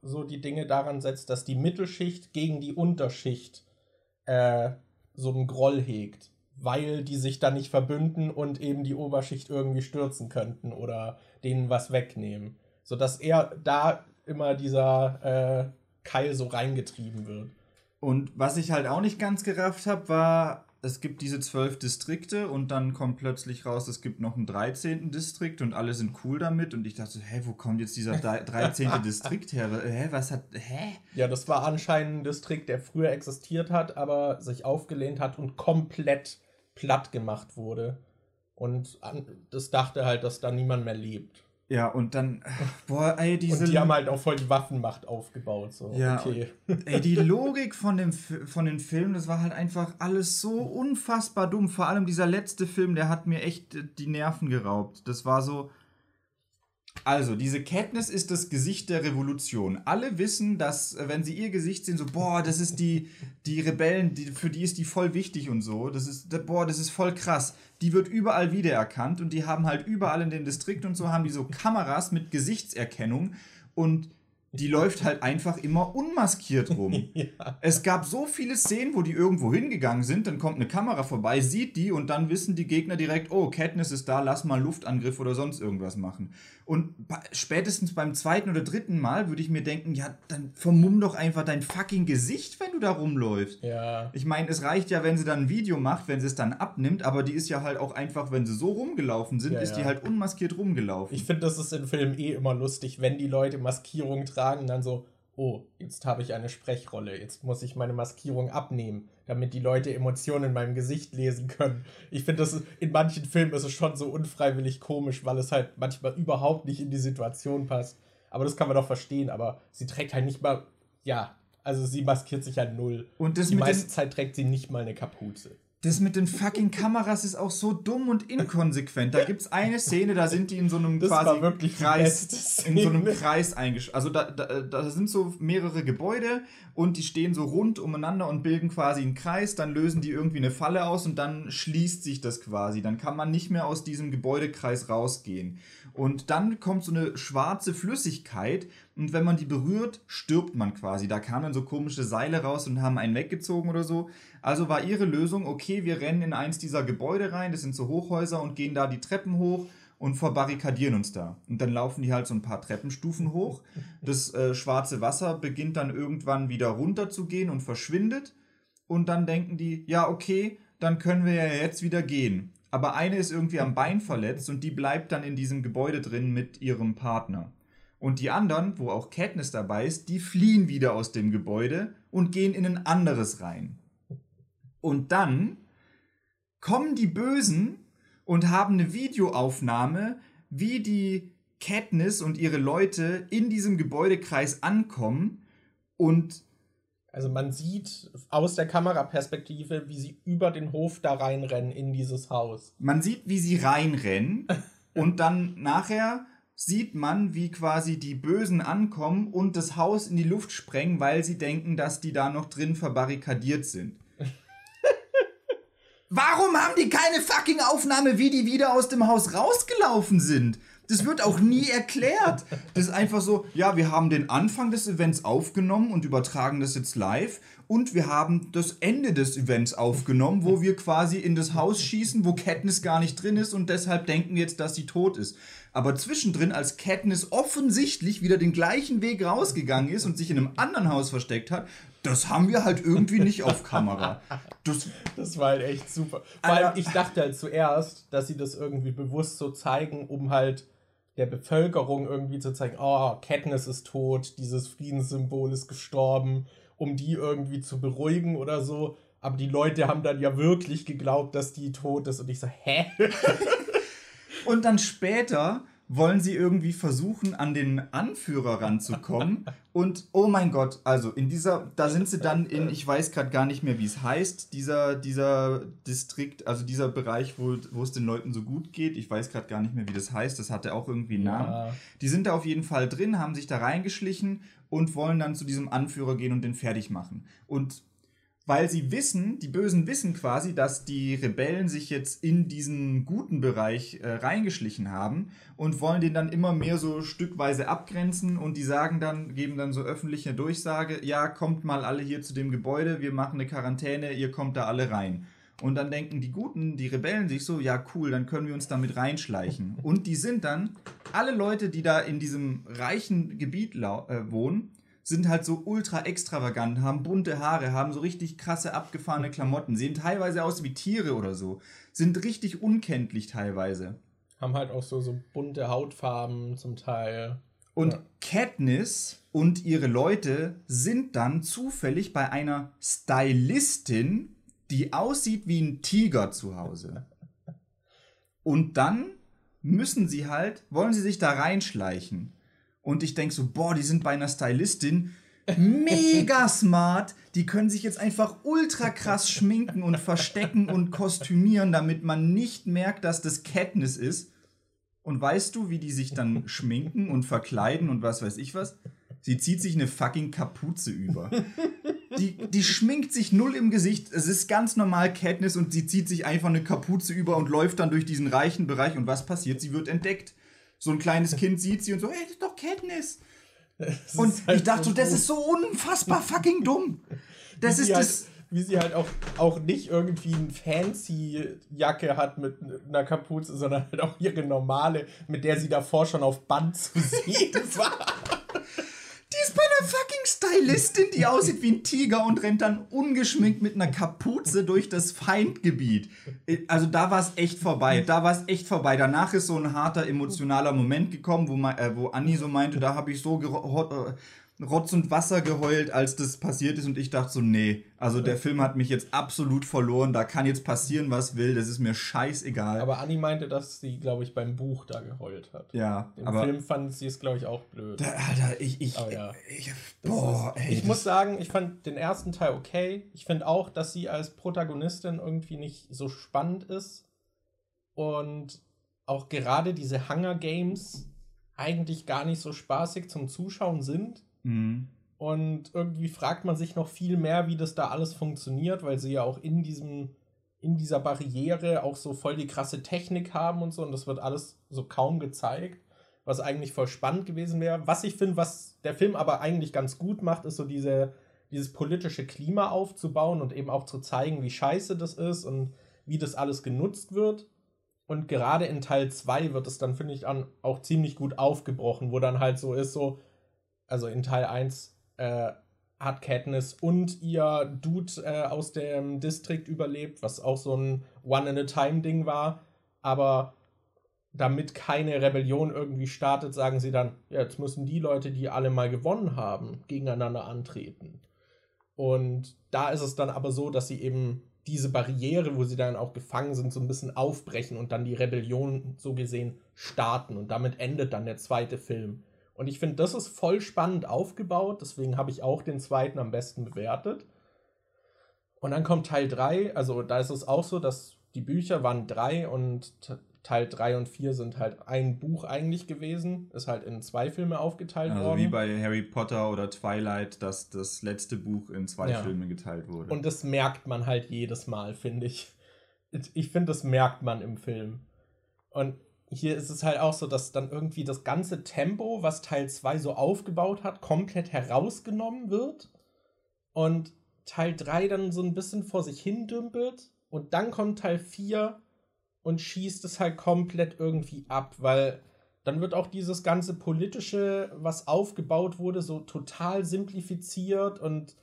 so die Dinge daran setzt, dass die Mittelschicht gegen die Unterschicht äh, so einen Groll hegt, weil die sich dann nicht verbünden und eben die Oberschicht irgendwie stürzen könnten oder denen was wegnehmen. Sodass er da immer dieser äh, Keil so reingetrieben wird. Und was ich halt auch nicht ganz gerafft habe, war, es gibt diese zwölf Distrikte und dann kommt plötzlich raus, es gibt noch einen dreizehnten Distrikt und alle sind cool damit. Und ich dachte, hä, wo kommt jetzt dieser dreizehnte Distrikt her? Hä, was hat, hä? Ja, das war anscheinend ein Distrikt, der früher existiert hat, aber sich aufgelehnt hat und komplett platt gemacht wurde. Und an, das dachte halt, dass da niemand mehr lebt. Ja, und dann, boah, ey, diese... Und die haben halt auch voll die Waffenmacht aufgebaut, so, ja, okay. Ey, die Logik von, dem, von den Filmen, das war halt einfach alles so unfassbar dumm. Vor allem dieser letzte Film, der hat mir echt die Nerven geraubt. Das war so... Also, diese Katniss ist das Gesicht der Revolution. Alle wissen, dass, wenn sie ihr Gesicht sehen, so, boah, das ist die, die Rebellen, die, für die ist die voll wichtig und so. Das ist, boah, das ist voll krass. Die wird überall wiedererkannt und die haben halt überall in dem Distrikt und so, haben die so Kameras mit Gesichtserkennung und die läuft halt einfach immer unmaskiert rum. Ja. Es gab so viele Szenen, wo die irgendwo hingegangen sind, dann kommt eine Kamera vorbei, sieht die und dann wissen die Gegner direkt, oh, Katniss ist da, lass mal Luftangriff oder sonst irgendwas machen. Und spätestens beim zweiten oder dritten Mal würde ich mir denken, ja, dann vermumm doch einfach dein fucking Gesicht, wenn du da rumläufst. Ja. Ich meine, es reicht ja, wenn sie dann ein Video macht, wenn sie es dann abnimmt, aber die ist ja halt auch einfach, wenn sie so rumgelaufen sind, ja, ist ja. die halt unmaskiert rumgelaufen. Ich finde, das ist in Filmen eh immer lustig, wenn die Leute Maskierung tragen, dann so, oh, jetzt habe ich eine Sprechrolle, jetzt muss ich meine Maskierung abnehmen, damit die Leute Emotionen in meinem Gesicht lesen können. Ich finde, das ist, in manchen Filmen ist es schon so unfreiwillig komisch, weil es halt manchmal überhaupt nicht in die Situation passt. Aber das kann man doch verstehen, aber sie trägt halt nicht mal, ja, also sie maskiert sich halt null. Und das die mit meiste den, Zeit trägt sie nicht mal eine Kapuze. Das mit den fucking Kameras ist auch so dumm und inkonsequent. Da gibt's eine Szene, da sind die in so einem das quasi war wirklich Kreis, in so einem Kreis eingeschlossen. Also da, da, da sind so mehrere Gebäude und die stehen so rund umeinander und bilden quasi einen Kreis. Dann lösen die irgendwie eine Falle aus und dann schließt sich das quasi. Dann kann man nicht mehr aus diesem Gebäudekreis rausgehen. Und dann kommt so eine schwarze Flüssigkeit und wenn man die berührt, stirbt man quasi. Da kamen dann so komische Seile raus und haben einen weggezogen oder so. Also war ihre Lösung, okay, wir rennen in eins dieser Gebäude rein, das sind so Hochhäuser und gehen da die Treppen hoch und verbarrikadieren uns da. Und dann laufen die halt so ein paar Treppenstufen hoch. Das äh, schwarze Wasser beginnt dann irgendwann wieder runter zu gehen und verschwindet. Und dann denken die, ja okay, dann können wir ja jetzt wieder gehen. Aber eine ist irgendwie am Bein verletzt und die bleibt dann in diesem Gebäude drin mit ihrem Partner. Und die anderen, wo auch Katniss dabei ist, die fliehen wieder aus dem Gebäude und gehen in ein anderes rein. Und dann kommen die Bösen und haben eine Videoaufnahme, wie die Katniss und ihre Leute in diesem Gebäudekreis ankommen und also man sieht aus der Kameraperspektive, wie sie über den Hof da reinrennen in dieses Haus. Man sieht, wie sie reinrennen und dann nachher sieht man, wie quasi die Bösen ankommen und das Haus in die Luft sprengen, weil sie denken, dass die da noch drin verbarrikadiert sind. Warum haben die keine fucking Aufnahme, wie die wieder aus dem Haus rausgelaufen sind? Das wird auch nie erklärt. Das ist einfach so, ja, wir haben den Anfang des Events aufgenommen und übertragen das jetzt live und wir haben das Ende des Events aufgenommen, wo wir quasi in das Haus schießen, wo Katniss gar nicht drin ist und deshalb denken wir jetzt, dass sie tot ist. Aber zwischendrin, als Katniss offensichtlich wieder den gleichen Weg rausgegangen ist und sich in einem anderen Haus versteckt hat, das haben wir halt irgendwie nicht auf Kamera. Das, das war halt echt super. Vor allem, ich dachte halt zuerst, dass sie das irgendwie bewusst so zeigen, um halt der Bevölkerung irgendwie zu zeigen, oh, Katniss ist tot, dieses Friedenssymbol ist gestorben, um die irgendwie zu beruhigen oder so. Aber die Leute haben dann ja wirklich geglaubt, dass die tot ist. Und ich so, hä? Und dann später wollen sie irgendwie versuchen, an den Anführer ranzukommen. Und oh mein Gott, also in dieser, da sind sie dann in, ich weiß gerade gar nicht mehr, wie es heißt, dieser, dieser Distrikt, also dieser Bereich, wo, wo es den Leuten so gut geht. Ich weiß gerade gar nicht mehr, wie das heißt. Das hatte auch irgendwie einen Namen. Ja. Die sind da auf jeden Fall drin, haben sich da reingeschlichen und wollen dann zu diesem Anführer gehen und den fertig machen. Und weil sie wissen, die Bösen wissen quasi, dass die Rebellen sich jetzt in diesen guten Bereich äh, reingeschlichen haben und wollen den dann immer mehr so stückweise abgrenzen und die sagen dann, geben dann so öffentliche Durchsage, ja, kommt mal alle hier zu dem Gebäude, wir machen eine Quarantäne, ihr kommt da alle rein. Und dann denken die Guten, die Rebellen sich so, ja cool, dann können wir uns damit reinschleichen. Und die sind dann, alle Leute, die da in diesem reichen Gebiet lau- äh, wohnen, sind halt so ultra extravagant, haben bunte Haare, haben so richtig krasse abgefahrene Klamotten, sehen teilweise aus wie Tiere oder so, sind richtig unkenntlich teilweise. Haben halt auch so, so bunte Hautfarben zum Teil. Und ja. Katniss und ihre Leute sind dann zufällig bei einer Stylistin, die aussieht wie ein Tiger zu Hause. Und dann müssen sie halt, wollen sie sich da reinschleichen. Und ich denke so, boah, die sind bei einer Stylistin mega smart. Die können sich jetzt einfach ultra krass schminken und verstecken und kostümieren, damit man nicht merkt, dass das Katniss ist. Und weißt du, wie die sich dann schminken und verkleiden und was weiß ich was? Sie zieht sich eine fucking Kapuze über. Die, die schminkt sich null im Gesicht. Es ist ganz normal Katniss und sie zieht sich einfach eine Kapuze über und läuft dann durch diesen reichen Bereich. Und was passiert? Sie wird entdeckt. So ein kleines Kind sieht sie und so, hey, das ist doch Katniss. Das und halt ich dachte so, das ist so unfassbar fucking dumm. Das ist das... Halt, wie sie halt auch, auch nicht irgendwie eine fancy Jacke hat mit einer Kapuze, sondern halt auch ihre normale, mit der sie davor schon auf Band zu sehen war. Die ist bei einer fucking Stylistin, die aussieht wie ein Tiger und rennt dann ungeschminkt mit einer Kapuze durch das Feindgebiet. Also da war es echt vorbei. Da war es echt vorbei. Danach ist so ein harter emotionaler Moment gekommen, wo, man, äh, wo Anni so meinte, da habe ich so gero- äh, Rotz und Wasser geheult, als das passiert ist. Und ich dachte so, nee, also der Film hat mich jetzt absolut verloren. Da kann jetzt passieren, was will. Das ist mir scheißegal. Aber Anni meinte, dass sie, glaube ich, beim Buch da geheult hat. Ja, Im aber Film fand sie es, glaube ich, auch blöd. Da, Alter, ich, ich, oh, ja. ich, boah, ist, ey, ich muss sagen, ich fand den ersten Teil okay. Ich finde auch, dass sie als Protagonistin irgendwie nicht so spannend ist. Und auch gerade diese Hunger Games eigentlich gar nicht so spaßig zum Zuschauen sind. Mhm. Und irgendwie fragt man sich noch viel mehr, wie das da alles funktioniert, weil sie ja auch in diesem, in dieser Barriere auch so voll die krasse Technik haben und so. Und das wird alles so kaum gezeigt, was eigentlich voll spannend gewesen wäre. Was ich finde, was der Film aber eigentlich ganz gut macht, ist so diese, dieses politische Klima aufzubauen und eben auch zu zeigen, wie scheiße das ist und wie das alles genutzt wird. Und gerade in Teil zwei wird es dann, finde ich, auch ziemlich gut aufgebrochen, wo dann halt so ist, so, also in Teil eins äh, hat Katniss und ihr Dude äh, aus dem District überlebt, was auch so ein One-in-a-Time-Ding war. Aber damit keine Rebellion irgendwie startet, sagen sie dann, ja, jetzt müssen die Leute, die alle mal gewonnen haben, gegeneinander antreten. Und da ist es dann aber so, dass sie eben diese Barriere, wo sie dann auch gefangen sind, so ein bisschen aufbrechen und dann die Rebellion so gesehen starten. Und damit endet dann der zweite Film. Und ich finde, das ist voll spannend aufgebaut. Deswegen habe ich auch den zweiten am besten bewertet. Und dann kommt Teil drei. Also da ist es auch so, dass die Bücher waren drei und Teil drei und vier sind halt ein Buch eigentlich gewesen. Ist halt in zwei Filme aufgeteilt also worden. Also wie bei Harry Potter oder Twilight, dass das letzte Buch in zwei ja. Filme geteilt wurde. Und das merkt man halt jedes Mal, finde ich. Ich finde, das merkt man im Film. Und hier ist es halt auch so, dass dann irgendwie das ganze Tempo, was Teil zwei so aufgebaut hat, komplett herausgenommen wird und Teil drei dann so ein bisschen vor sich hin dümpelt und dann kommt Teil vier und schießt es halt komplett irgendwie ab, weil dann wird auch dieses ganze Politische, was aufgebaut wurde, so total simplifiziert und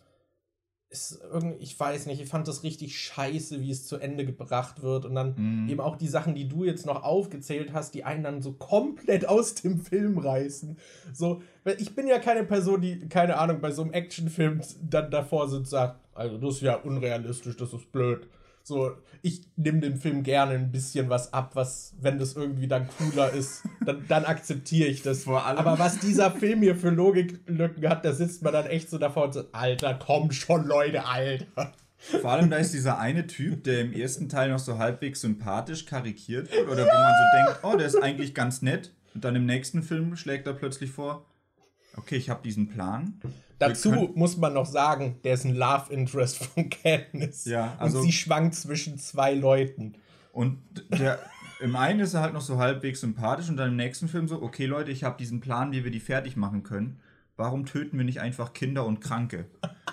ist irgendwie, ich weiß nicht, ich fand das richtig scheiße, wie es zu Ende gebracht wird und dann mhm. eben auch die Sachen, die du jetzt noch aufgezählt hast, die einen dann so komplett aus dem Film reißen. So, weil ich bin ja keine Person, die, keine Ahnung, bei so einem Actionfilm dann davor sitzt und sagt, also das ist ja unrealistisch, das ist blöd. So, ich nehme dem Film gerne ein bisschen was ab, was, wenn das irgendwie dann cooler ist, dann, dann akzeptiere ich das. Vor allem. Aber was dieser Film hier für Logiklücken hat, da sitzt man dann echt so davor und so, Alter, komm schon, Leute, Alter. Vor allem, da ist dieser eine Typ, der im ersten Teil noch so halbwegs sympathisch karikiert wird, oder ja. wo man so denkt, oh, der ist eigentlich ganz nett. Und dann im nächsten Film schlägt er plötzlich vor, okay, ich habe diesen Plan. Dazu können, muss man noch sagen, der ist ein Love Interest von Katniss. Ja, also, und sie schwankt zwischen zwei Leuten. Und der, im einen ist er halt noch so halbwegs sympathisch und dann im nächsten Film so, okay Leute, ich habe diesen Plan, wie wir die fertig machen können. Warum töten wir nicht einfach Kinder und Kranke?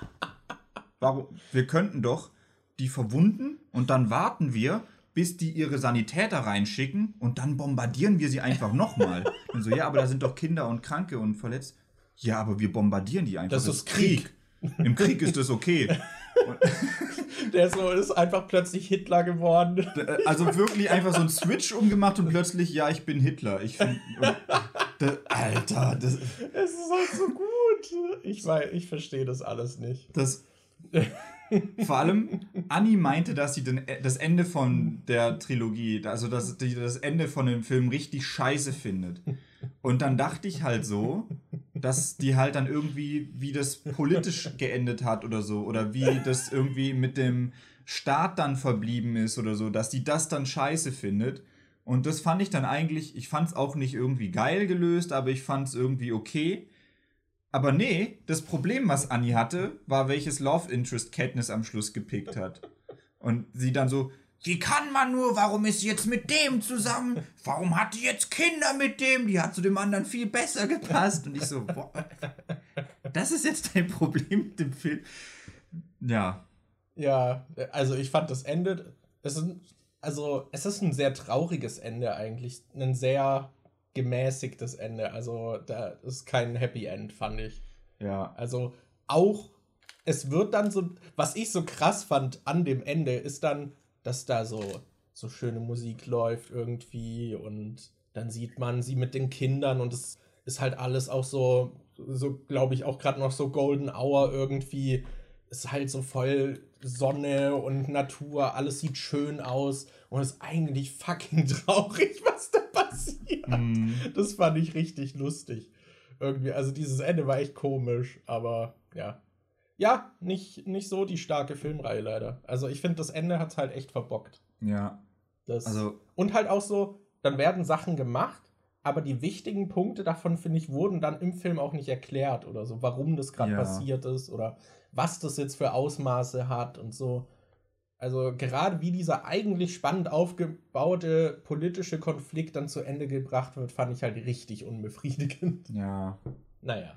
Warum? Wir könnten doch die verwunden und dann warten wir, bis die ihre Sanitäter reinschicken und dann bombardieren wir sie einfach nochmal. Und so, ja, aber da sind doch Kinder und Kranke und verletzt. Ja, aber wir bombardieren die einfach. Das, das ist Krieg. Krieg. Im Krieg ist das okay. Und der so ist einfach plötzlich Hitler geworden. Also wirklich einfach so ein Switch umgemacht und plötzlich, ja, ich bin Hitler. Ich find, das, Alter, das... Es ist halt so gut. Ich weiß, ich verstehe das alles nicht. Das... Vor allem, Anni meinte, dass sie den, das Ende von der Trilogie, also dass sie das Ende von dem Film richtig scheiße findet. Und dann dachte ich halt so, dass die halt dann irgendwie, wie das politisch geendet hat oder so, oder wie das irgendwie mit dem Staat dann verblieben ist oder so, dass die das dann scheiße findet. Und das fand ich dann eigentlich, ich fand es auch nicht irgendwie geil gelöst, aber ich fand es irgendwie okay. Aber nee, das Problem, was Anni hatte, war, welches Love Interest Katniss am Schluss gepickt hat. Und sie dann so, wie kann man nur, warum ist sie jetzt mit dem zusammen? Warum hat die jetzt Kinder mit dem? Die hat zu dem anderen viel besser gepasst. Und ich so, boah, das ist jetzt dein Problem mit dem Film. Ja. Ja, also ich fand das Ende, es ist, also es ist ein sehr trauriges Ende eigentlich. Ein sehr gemäßigtes Ende. Also da ist kein Happy End, fand ich. Ja. Also auch, es wird dann so, was ich so krass fand an dem Ende, ist dann, dass da so, so schöne Musik läuft irgendwie und dann sieht man sie mit den Kindern und es ist halt alles auch so, so glaube ich auch gerade noch so Golden Hour irgendwie, ist halt so voll Sonne und Natur, alles sieht schön aus und ist eigentlich fucking traurig, was da passiert. Mm. Das fand ich richtig lustig. Irgendwie, also dieses Ende war echt komisch, aber ja. Ja, nicht, nicht so die starke Filmreihe leider. Also ich finde, das Ende hat's halt echt verbockt. Ja. Das, also und halt auch so, dann werden Sachen gemacht, aber die wichtigen Punkte davon, finde ich, wurden dann im Film auch nicht erklärt oder so, warum das gerade ja. passiert ist oder was das jetzt für Ausmaße hat und so. Also gerade wie dieser eigentlich spannend aufgebaute politische Konflikt dann zu Ende gebracht wird, fand ich halt richtig unbefriedigend. Ja. Naja.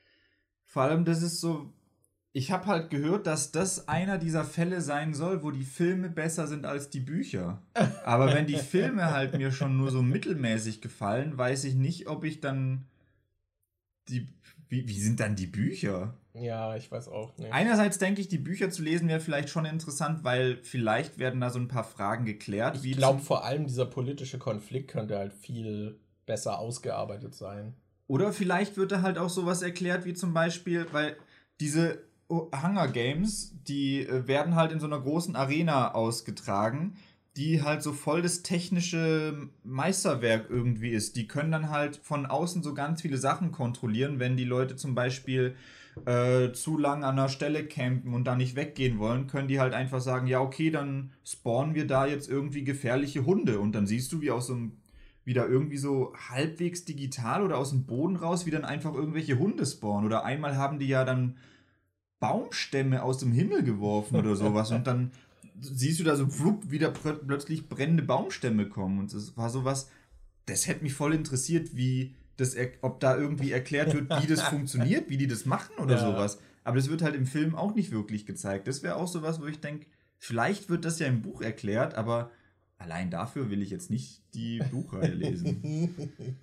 Vor allem, das ist so, ich habe halt gehört, dass das einer dieser Fälle sein soll, wo die Filme besser sind als die Bücher. Aber wenn die Filme halt mir schon nur so mittelmäßig gefallen, weiß ich nicht, ob ich dann die... Wie, wie sind dann die Bücher? Ja, ich weiß auch nicht. Einerseits denke ich, die Bücher zu lesen wäre vielleicht schon interessant, weil vielleicht werden da so ein paar Fragen geklärt. Ich glaube vor allem, dieser politische Konflikt könnte halt viel besser ausgearbeitet sein. Oder vielleicht wird da halt auch sowas erklärt, wie zum Beispiel, weil diese Hunger Games, die werden halt in so einer großen Arena ausgetragen, die halt so voll das technische Meisterwerk irgendwie ist. Die können dann halt von außen so ganz viele Sachen kontrollieren, wenn die Leute zum Beispiel äh, zu lang an einer Stelle campen und da nicht weggehen wollen, können die halt einfach sagen, ja okay, dann spawnen wir da jetzt irgendwie gefährliche Hunde und dann siehst du, wie aus so einem, wieder irgendwie so halbwegs digital oder aus dem Boden raus, wie dann einfach irgendwelche Hunde spawnen. Oder einmal haben die ja dann Baumstämme aus dem Himmel geworfen oder sowas und dann siehst du da so wupp, wieder pr- plötzlich brennende Baumstämme kommen und das war sowas, das hätte mich voll interessiert, wie das, er- ob da irgendwie erklärt wird, wie das funktioniert, wie die das machen oder Ja. sowas. Aber das wird halt im Film auch nicht wirklich gezeigt. Das wäre auch sowas, wo ich denke, vielleicht wird das ja im Buch erklärt, aber allein dafür will ich jetzt nicht die Buchreihe lesen.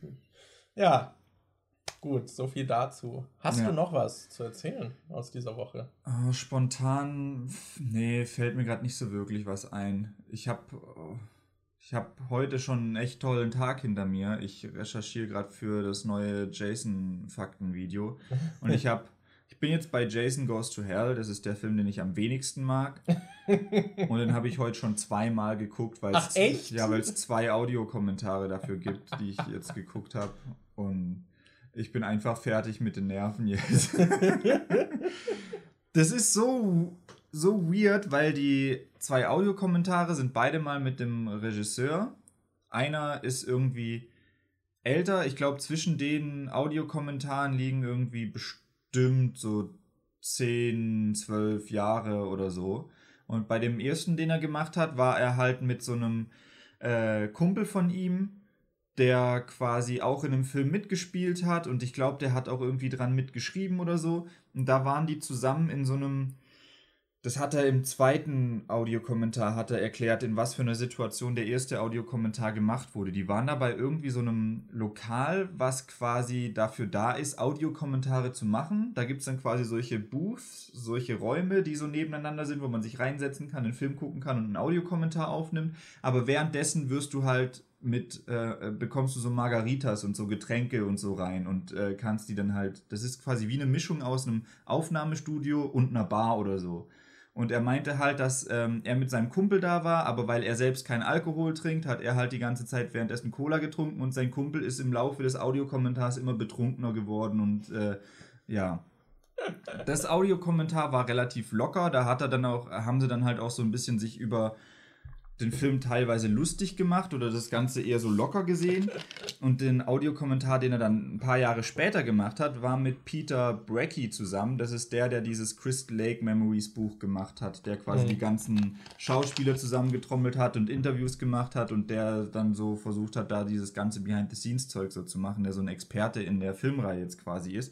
Ja, gut, so viel dazu. Hast Ja. du noch was zu erzählen aus dieser Woche? Oh, spontan, nee, fällt mir gerade nicht so wirklich was ein. Ich habe ich hab heute schon einen echt tollen Tag hinter mir. Ich recherchiere gerade für das neue Jason-Fakten-Video. Und ich habe, ich bin jetzt bei Jason Goes to Hell. Das ist der Film, den ich am wenigsten mag. Und den habe ich heute schon zweimal geguckt, weil Ach, es echt? ja, weil es zwei Audiokommentare dafür gibt, die ich jetzt geguckt habe. Und ich bin einfach fertig mit den Nerven jetzt. Das ist so, so weird, weil die zwei Audiokommentare sind beide mal mit dem Regisseur. Einer ist irgendwie älter. Ich glaube, zwischen den Audiokommentaren liegen irgendwie bestimmt so zehn, zwölf Jahre oder so. Und bei dem ersten, den er gemacht hat, war er halt mit so einem äh, Kumpel von ihm, der quasi auch in einem Film mitgespielt hat. Und ich glaube, der hat auch irgendwie dran mitgeschrieben oder so. Und da waren die zusammen in so einem. Das hat er im zweiten Audiokommentar hat er erklärt, in was für einer Situation der erste Audiokommentar gemacht wurde. Die waren da bei irgendwie so einem Lokal, was quasi dafür da ist, Audiokommentare zu machen. Da gibt es dann quasi solche Booths, solche Räume, die so nebeneinander sind, wo man sich reinsetzen kann, einen Film gucken kann und einen Audiokommentar aufnimmt. Aber währenddessen wirst du halt mit, äh, bekommst du so Margaritas und so Getränke und so rein und äh, kannst die dann halt, das ist quasi wie eine Mischung aus einem Aufnahmestudio und einer Bar oder so. Und er meinte halt, dass ähm, er mit seinem Kumpel da war, aber weil er selbst keinen Alkohol trinkt, hat er halt die ganze Zeit währenddessen Cola getrunken und sein Kumpel ist im Laufe des Audiokommentars immer betrunkener geworden und äh, ja. Das Audiokommentar war relativ locker, da hat er dann auch, haben sie dann halt auch so ein bisschen sich über den Film teilweise lustig gemacht oder das Ganze eher so locker gesehen. Und den Audiokommentar, den er dann ein paar Jahre später gemacht hat, war mit Peter Brackie zusammen. Das ist der, der dieses Crystal Lake Memories Buch gemacht hat, der quasi mhm. die ganzen Schauspieler zusammengetrommelt hat und Interviews gemacht hat und der dann so versucht hat, da dieses ganze Behind-the-Scenes-Zeug so zu machen, der so ein Experte in der Filmreihe jetzt quasi ist.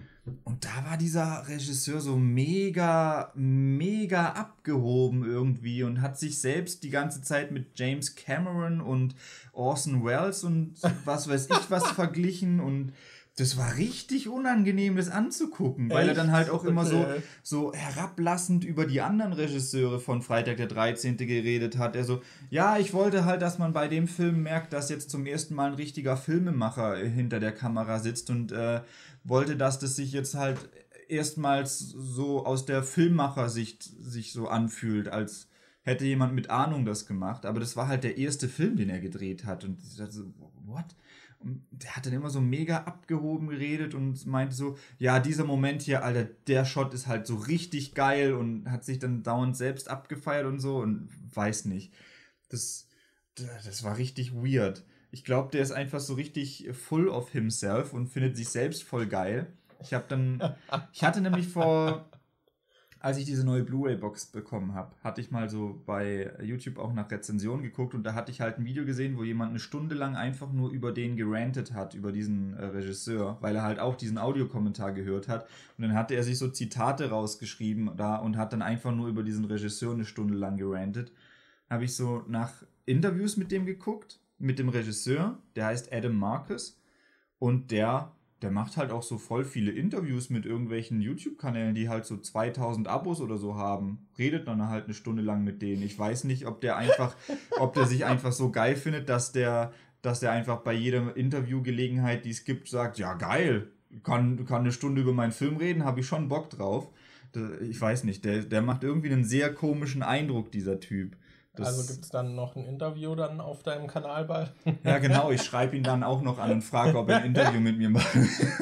Und da war dieser Regisseur so mega, mega abgehoben irgendwie und hat sich selbst die ganze Zeit mit James Cameron und Orson Welles und was weiß ich was verglichen und das war richtig unangenehm, das anzugucken, weil Echt? er dann halt auch immer okay. so, so herablassend über die anderen Regisseure von Freitag der dreizehnte geredet hat. Er so, ja, ich wollte halt, dass man bei dem Film merkt, dass jetzt zum ersten Mal ein richtiger Filmemacher hinter der Kamera sitzt und äh, wollte, dass das sich jetzt halt erstmals so aus der Filmmachersicht sich so anfühlt, als hätte jemand mit Ahnung das gemacht. Aber das war halt der erste Film, den er gedreht hat. Und ich dachte so, what? Und der hat dann immer so mega abgehoben geredet und meinte so, ja, dieser Moment hier, Alter, der Shot ist halt so richtig geil und hat sich dann dauernd selbst abgefeiert und so und weiß nicht. Das, das war richtig weird. Ich glaube, der ist einfach so richtig full of himself und findet sich selbst voll geil. Ich habe dann, ich hatte nämlich vor, als ich diese neue Blu-ray-Box bekommen habe, hatte ich mal so bei YouTube auch nach Rezensionen geguckt und da hatte ich halt ein Video gesehen, wo jemand eine Stunde lang einfach nur über den gerantet hat, über diesen äh, Regisseur, weil er halt auch diesen Audiokommentar gehört hat und dann hatte er sich so Zitate rausgeschrieben da und hat dann einfach nur über diesen Regisseur eine Stunde lang gerantet. Habe ich so nach Interviews mit dem geguckt, mit dem Regisseur, der heißt Adam Marcus und der Der macht halt auch so voll viele Interviews mit irgendwelchen YouTube-Kanälen, die halt so zweitausend Abos oder so haben. Redet dann halt eine Stunde lang mit denen. Ich weiß nicht, ob der einfach, ob der sich einfach so geil findet, dass der, dass der einfach bei jeder Interviewgelegenheit, die es gibt, sagt, ja geil, kann, kann eine Stunde über meinen Film reden, habe ich schon Bock drauf. Ich weiß nicht, der, der macht irgendwie einen sehr komischen Eindruck, dieser Typ. Das also gibt es dann noch ein Interview dann auf deinem Kanal bald? Ja, genau. Ich schreibe ihn dann auch noch an und frage, ob er ein Interview mit mir macht.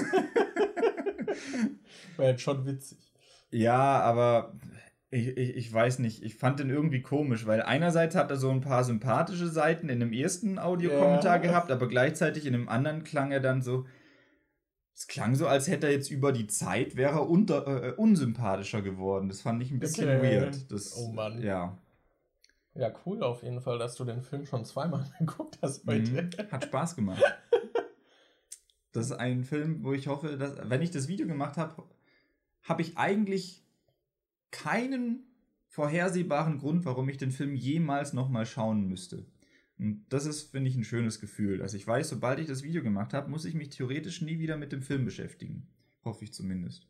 Wäre jetzt schon witzig. Ja, aber ich, ich, ich weiß nicht. Ich fand den irgendwie komisch, weil einerseits hat er so ein paar sympathische Seiten in dem ersten Audiokommentar ja. gehabt, aber gleichzeitig in dem anderen klang er dann so, es klang so, als hätte er jetzt über die Zeit, wäre er unter, äh, unsympathischer geworden. Das fand ich ein bisschen okay. weird. Das, oh Mann. Ja. Ja, cool auf jeden Fall, dass du den Film schon zweimal geguckt hast heute. Mhm. Hat Spaß gemacht. Das ist ein Film, wo ich hoffe, dass, wenn ich das Video gemacht habe, habe ich eigentlich keinen vorhersehbaren Grund, warum ich den Film jemals nochmal schauen müsste. Und das ist, finde ich, ein schönes Gefühl. Also ich weiß, sobald ich das Video gemacht habe, muss ich mich theoretisch nie wieder mit dem Film beschäftigen. Hoffe ich zumindest.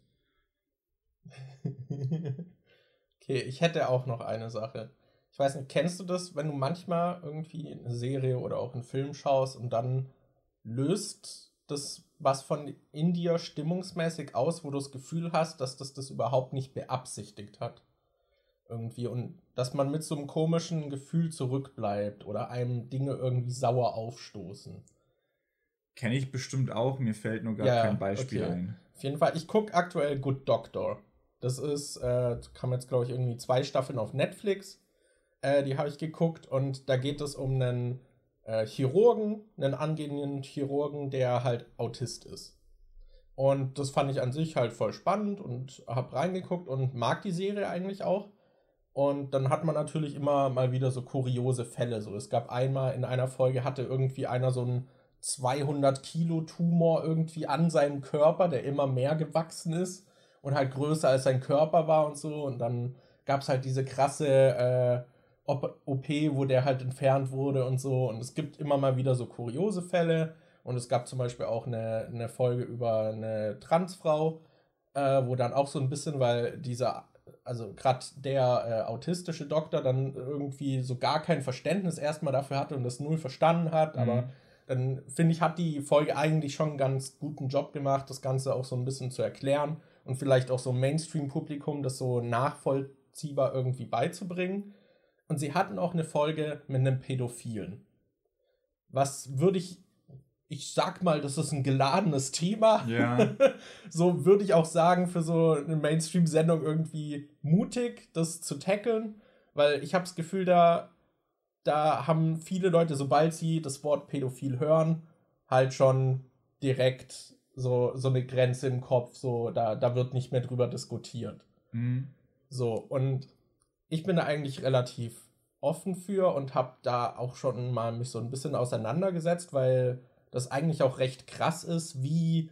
Okay, ich hätte auch noch eine Sache. Ich weiß nicht, kennst du das, wenn du manchmal irgendwie eine Serie oder auch einen Film schaust und dann löst das was von in dir stimmungsmäßig aus, wo du das Gefühl hast, dass das das überhaupt nicht beabsichtigt hat? Irgendwie. Und dass man mit so einem komischen Gefühl zurückbleibt oder einem Dinge irgendwie sauer aufstoßen. Kenne ich bestimmt auch, mir fällt nur gar ja, kein Beispiel okay. ein. Auf jeden Fall, ich gucke aktuell Good Doctor. Das ist, äh, kam jetzt glaube ich irgendwie zwei Staffeln auf Netflix. Äh, die habe ich geguckt und da geht es um einen äh, Chirurgen, einen angehenden Chirurgen, der halt Autist ist. Und das fand ich an sich halt voll spannend und hab reingeguckt und mag die Serie eigentlich auch. Und dann hat man natürlich immer mal wieder so kuriose Fälle. So, es gab einmal in einer Folge, hatte irgendwie einer so einen zweihundert Kilo Tumor irgendwie an seinem Körper, der immer mehr gewachsen ist und halt größer als sein Körper war und so. Und dann gab es halt diese krasse äh, O P, wo der halt entfernt wurde und so. Und es gibt immer mal wieder so kuriose Fälle. Und es gab zum Beispiel auch eine, eine Folge über eine Transfrau, äh, wo dann auch so ein bisschen, weil dieser, also gerade der äh, autistische Doktor dann irgendwie so gar kein Verständnis erstmal dafür hatte und das null verstanden hat. Mhm. Aber dann, finde ich, hat die Folge eigentlich schon einen ganz guten Job gemacht, das Ganze auch so ein bisschen zu erklären und vielleicht auch so Mainstream-Publikum das so nachvollziehbar irgendwie beizubringen. Und sie hatten auch eine Folge mit einem Pädophilen. Was würde ich, ich sag mal, das ist ein geladenes Thema. Ja. So würde ich auch sagen, für so eine Mainstream-Sendung irgendwie mutig, das zu tackeln. Weil ich habe das Gefühl, da, da haben viele Leute, sobald sie das Wort pädophil hören, halt schon direkt so, so eine Grenze im Kopf. So, da, da wird nicht mehr drüber diskutiert. Mhm. So, und ich bin da eigentlich relativ offen für und habe da auch schon mal mich so ein bisschen auseinandergesetzt, weil das eigentlich auch recht krass ist, wie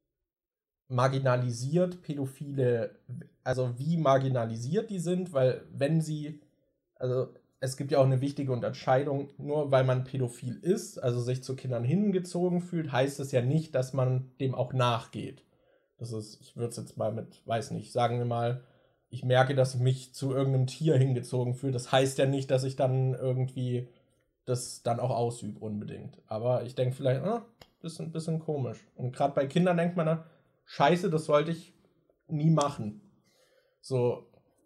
marginalisiert Pädophile, also wie marginalisiert die sind, weil wenn sie, also es gibt ja auch eine wichtige Unterscheidung, nur weil man pädophil ist, also sich zu Kindern hingezogen fühlt, heißt es ja nicht, dass man dem auch nachgeht. Das ist, ich würde es jetzt mal mit, weiß nicht, sagen wir mal, ich merke, dass ich mich zu irgendeinem Tier hingezogen fühle. Das heißt ja nicht, dass ich dann irgendwie das dann auch ausübe unbedingt. Aber ich denke vielleicht, ah, bisschen, bisschen komisch. Und gerade bei Kindern denkt man dann, scheiße, das sollte ich nie machen. So,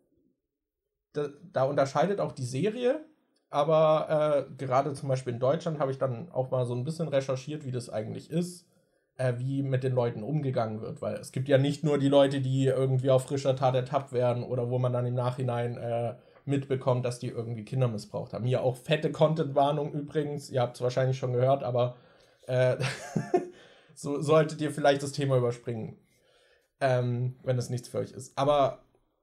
da, da unterscheidet auch die Serie, aber äh, gerade zum Beispiel in Deutschland habe ich dann auch mal so ein bisschen recherchiert, wie das eigentlich ist, äh, wie mit den Leuten umgegangen wird, weil es gibt ja nicht nur die Leute, die irgendwie auf frischer Tat ertappt werden oder wo man dann im Nachhinein äh, mitbekommt, dass die irgendwie Kinder missbraucht haben. Hier auch fette Content-Warnung übrigens, ihr habt es wahrscheinlich schon gehört, aber äh, so solltet ihr vielleicht das Thema überspringen, ähm, wenn es nichts für euch ist. Aber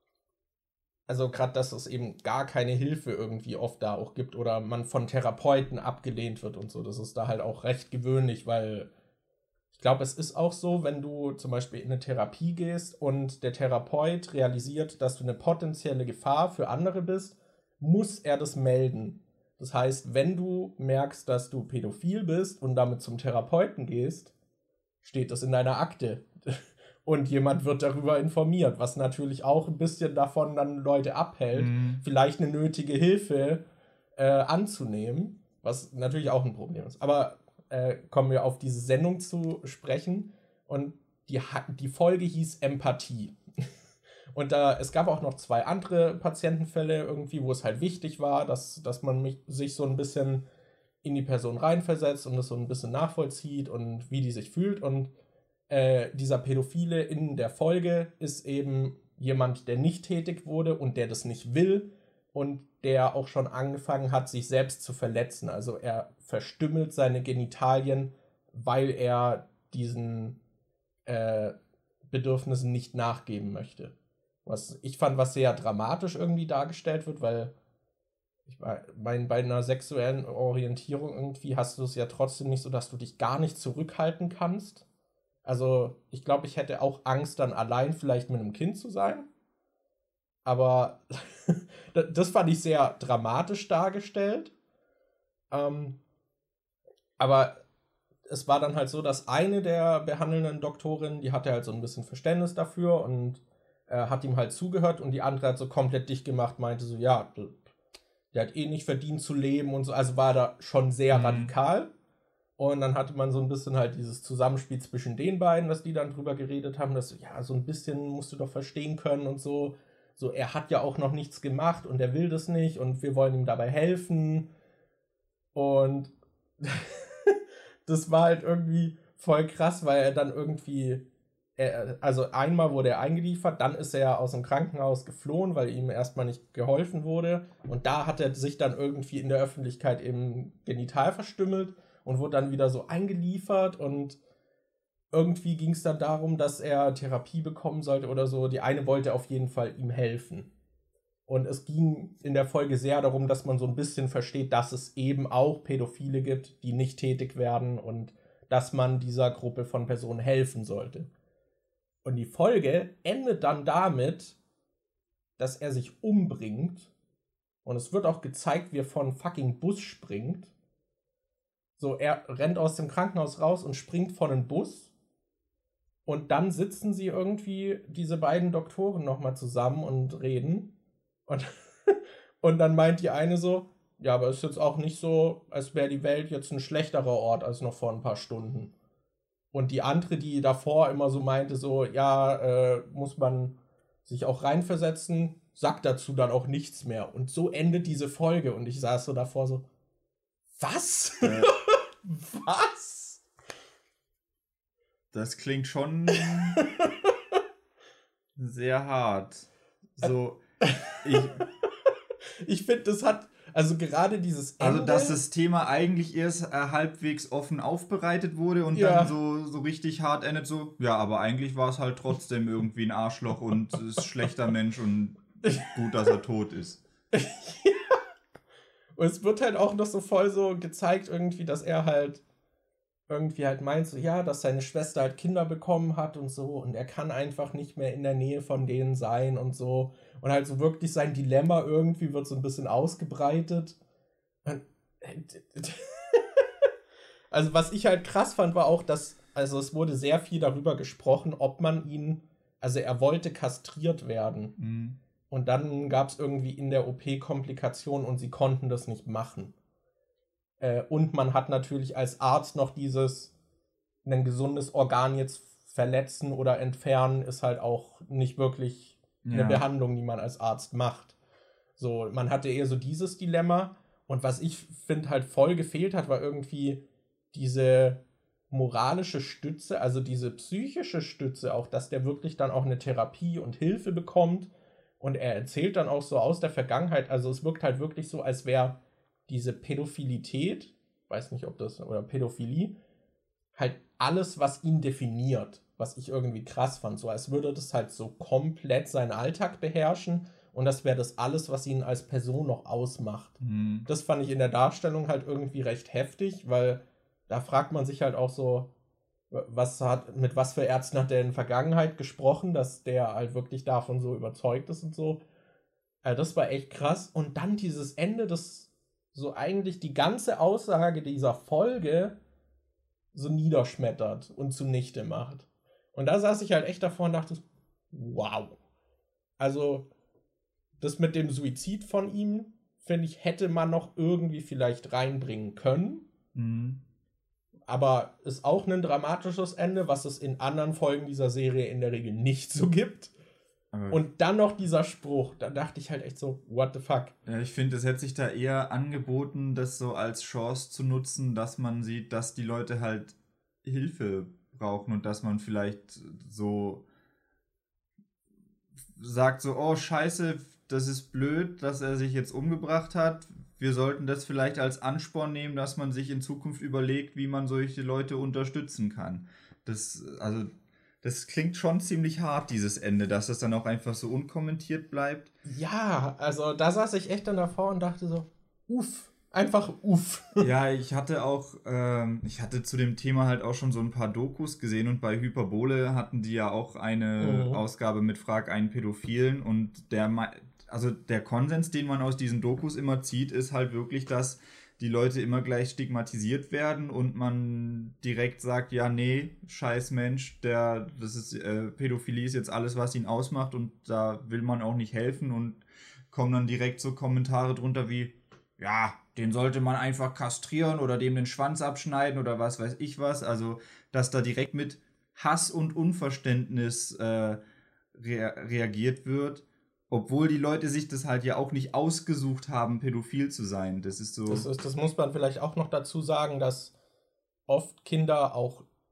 also gerade, dass es eben gar keine Hilfe irgendwie oft da auch gibt oder man von Therapeuten abgelehnt wird und so, das ist da halt auch recht gewöhnlich, weil ich glaube, es ist auch so, wenn du zum Beispiel in eine Therapie gehst und der Therapeut realisiert, dass du eine potenzielle Gefahr für andere bist, muss er das melden. Das heißt, wenn du merkst, dass du pädophil bist und damit zum Therapeuten gehst, steht das in deiner Akte. Und jemand wird darüber informiert, was natürlich auch ein bisschen davon dann Leute abhält, mhm. vielleicht eine nötige Hilfe äh, anzunehmen, was natürlich auch ein Problem ist. Aber äh, kommen wir auf diese Sendung zu sprechen und die, die Folge hieß Empathie. Und da, es gab auch noch zwei andere Patientenfälle irgendwie, wo es halt wichtig war, dass, dass man mich, sich so ein bisschen in die Person reinversetzt und das so ein bisschen nachvollzieht und wie die sich fühlt. Und äh, dieser Pädophile in der Folge ist eben jemand, der nicht tätig wurde und der das nicht will und der auch schon angefangen hat, sich selbst zu verletzen. Also er verstümmelt seine Genitalien, weil er diesen äh, Bedürfnissen nicht nachgeben möchte. Was ich fand, was sehr dramatisch irgendwie dargestellt wird, weil ich meine, bei einer sexuellen Orientierung irgendwie hast du es ja trotzdem nicht so, dass du dich gar nicht zurückhalten kannst. Also ich glaube, ich hätte auch Angst, dann allein vielleicht mit einem Kind zu sein. Aber das fand ich sehr dramatisch dargestellt. Ähm, aber es war dann halt so, dass eine der behandelnden Doktorinnen, die hatte halt so ein bisschen Verständnis dafür und äh, hat ihm halt zugehört und die andere hat so komplett dicht gemacht, meinte so, ja, der hat eh nicht verdient zu leben und so. Also war da schon sehr mhm. radikal. Und dann hatte man so ein bisschen halt dieses Zusammenspiel zwischen den beiden, dass die dann drüber geredet haben, dass, ja, so ein bisschen musst du doch verstehen können und so. So, er hat ja auch noch nichts gemacht und er will das nicht und wir wollen ihm dabei helfen. Und das war halt irgendwie voll krass, weil er dann irgendwie, er, also einmal wurde er eingeliefert, dann ist er aus dem Krankenhaus geflohen, weil ihm erstmal nicht geholfen wurde. Und da hat er sich dann irgendwie in der Öffentlichkeit im Genital verstümmelt und wurde dann wieder so eingeliefert. Und irgendwie ging es dann darum, dass er Therapie bekommen sollte oder so. Die eine wollte auf jeden Fall ihm helfen. Und es ging in der Folge sehr darum, dass man so ein bisschen versteht, dass es eben auch Pädophile gibt, die nicht tätig werden und dass man dieser Gruppe von Personen helfen sollte. Und die Folge endet dann damit, dass er sich umbringt. Und es wird auch gezeigt, wie er von fucking Bus springt. So, er rennt aus dem Krankenhaus raus und springt von einem Bus. Und dann sitzen sie irgendwie, diese beiden Doktoren, nochmal zusammen und reden. Und, und dann meint die eine so, ja, aber es ist jetzt auch nicht so, als wäre die Welt jetzt ein schlechterer Ort als noch vor ein paar Stunden. Und die andere, die davor immer so meinte, so, ja, äh, muss man sich auch reinversetzen, sagt dazu dann auch nichts mehr. Und so endet diese Folge. Und ich saß so davor so, was? Äh, was? Das klingt schon sehr hart. So, ich, ich finde, das hat, also gerade dieses Ende. Also, dass das Thema eigentlich erst äh, halbwegs offen aufbereitet wurde und Ja. dann so, so richtig hart endet, so, ja, aber eigentlich war es halt trotzdem irgendwie ein Arschloch und ist ein schlechter Mensch und gut, dass er tot ist. Ja. Und es wird halt auch noch so voll so gezeigt irgendwie, dass er halt irgendwie halt meint, so, ja, dass seine Schwester halt Kinder bekommen hat und so und er kann einfach nicht mehr in der Nähe von denen sein und so. Und halt so wirklich sein Dilemma irgendwie wird so ein bisschen ausgebreitet. Und also was ich halt krass fand, war auch, dass, also es wurde sehr viel darüber gesprochen, ob man ihn, also er wollte kastriert werden. Mhm. Und dann gab es irgendwie in der O P Komplikationen und sie konnten das nicht machen. Äh, und man hat natürlich als Arzt noch dieses, ein gesundes Organ jetzt verletzen oder entfernen, ist halt auch nicht wirklich eine Ja. Behandlung, die man als Arzt macht. So, man hatte eher so dieses Dilemma. Und was ich finde halt voll gefehlt hat, war irgendwie diese moralische Stütze, also diese psychische Stütze, auch dass der wirklich dann auch eine Therapie und Hilfe bekommt. Und er erzählt dann auch so aus der Vergangenheit, also es wirkt halt wirklich so, als wäre diese Pädophilität, weiß nicht, ob das, oder Pädophilie, halt alles, was ihn definiert, was ich irgendwie krass fand, so als würde das halt so komplett seinen Alltag beherrschen und das wäre das alles, was ihn als Person noch ausmacht. Mhm. Das fand ich in der Darstellung halt irgendwie recht heftig, weil da fragt man sich halt auch so, was hat, mit was für Ärzten hat der in der Vergangenheit gesprochen, dass der halt wirklich davon so überzeugt ist und so. Also das war echt krass. Und dann dieses Ende, das so eigentlich die ganze Aussage dieser Folge so niederschmettert und zunichte macht. Und da saß ich halt echt davor und dachte, wow. Also das mit dem Suizid von ihm, finde ich, hätte man noch irgendwie vielleicht reinbringen können. Mhm. Aber ist auch ein dramatisches Ende, was es in anderen Folgen dieser Serie in der Regel nicht so gibt. Aber Und dann noch dieser Spruch, da dachte ich halt echt so, what the fuck? ja, ich finde, es hätte sich da eher angeboten, das so als Chance zu nutzen, dass man sieht, dass die Leute halt Hilfe brauchen und dass man vielleicht so sagt so, oh scheiße, das ist blöd, dass er sich jetzt umgebracht hat. Wir sollten das vielleicht als Ansporn nehmen, dass man sich in Zukunft überlegt, wie man solche Leute unterstützen kann. Das, also, das klingt schon ziemlich hart, dieses Ende, dass das dann auch einfach so unkommentiert bleibt. Ja, also da saß ich echt dann davor und dachte so, uff, einfach uff. Ja, ich hatte auch, ähm, ich hatte zu dem Thema halt auch schon so ein paar Dokus gesehen und bei Hyperbole hatten die ja auch eine Mhm. Ausgabe mit Frag einen Pädophilen und der, mei- also der Konsens, den man aus diesen Dokus immer zieht, ist halt wirklich, dass die Leute immer gleich stigmatisiert werden und man direkt sagt, ja, nee, scheiß Mensch, der, das ist, äh, Pädophilie ist jetzt alles, was ihn ausmacht und da will man auch nicht helfen und kommen dann direkt so Kommentare drunter wie, ja, den sollte man einfach kastrieren oder dem den Schwanz abschneiden oder was weiß ich was. Also, dass da direkt mit Hass und Unverständnis äh, rea- reagiert wird, obwohl die Leute sich das halt ja auch nicht ausgesucht haben, pädophil zu sein. Das ist so. Das, ist, das muss man vielleicht auch noch dazu sagen, dass oft Kinder auch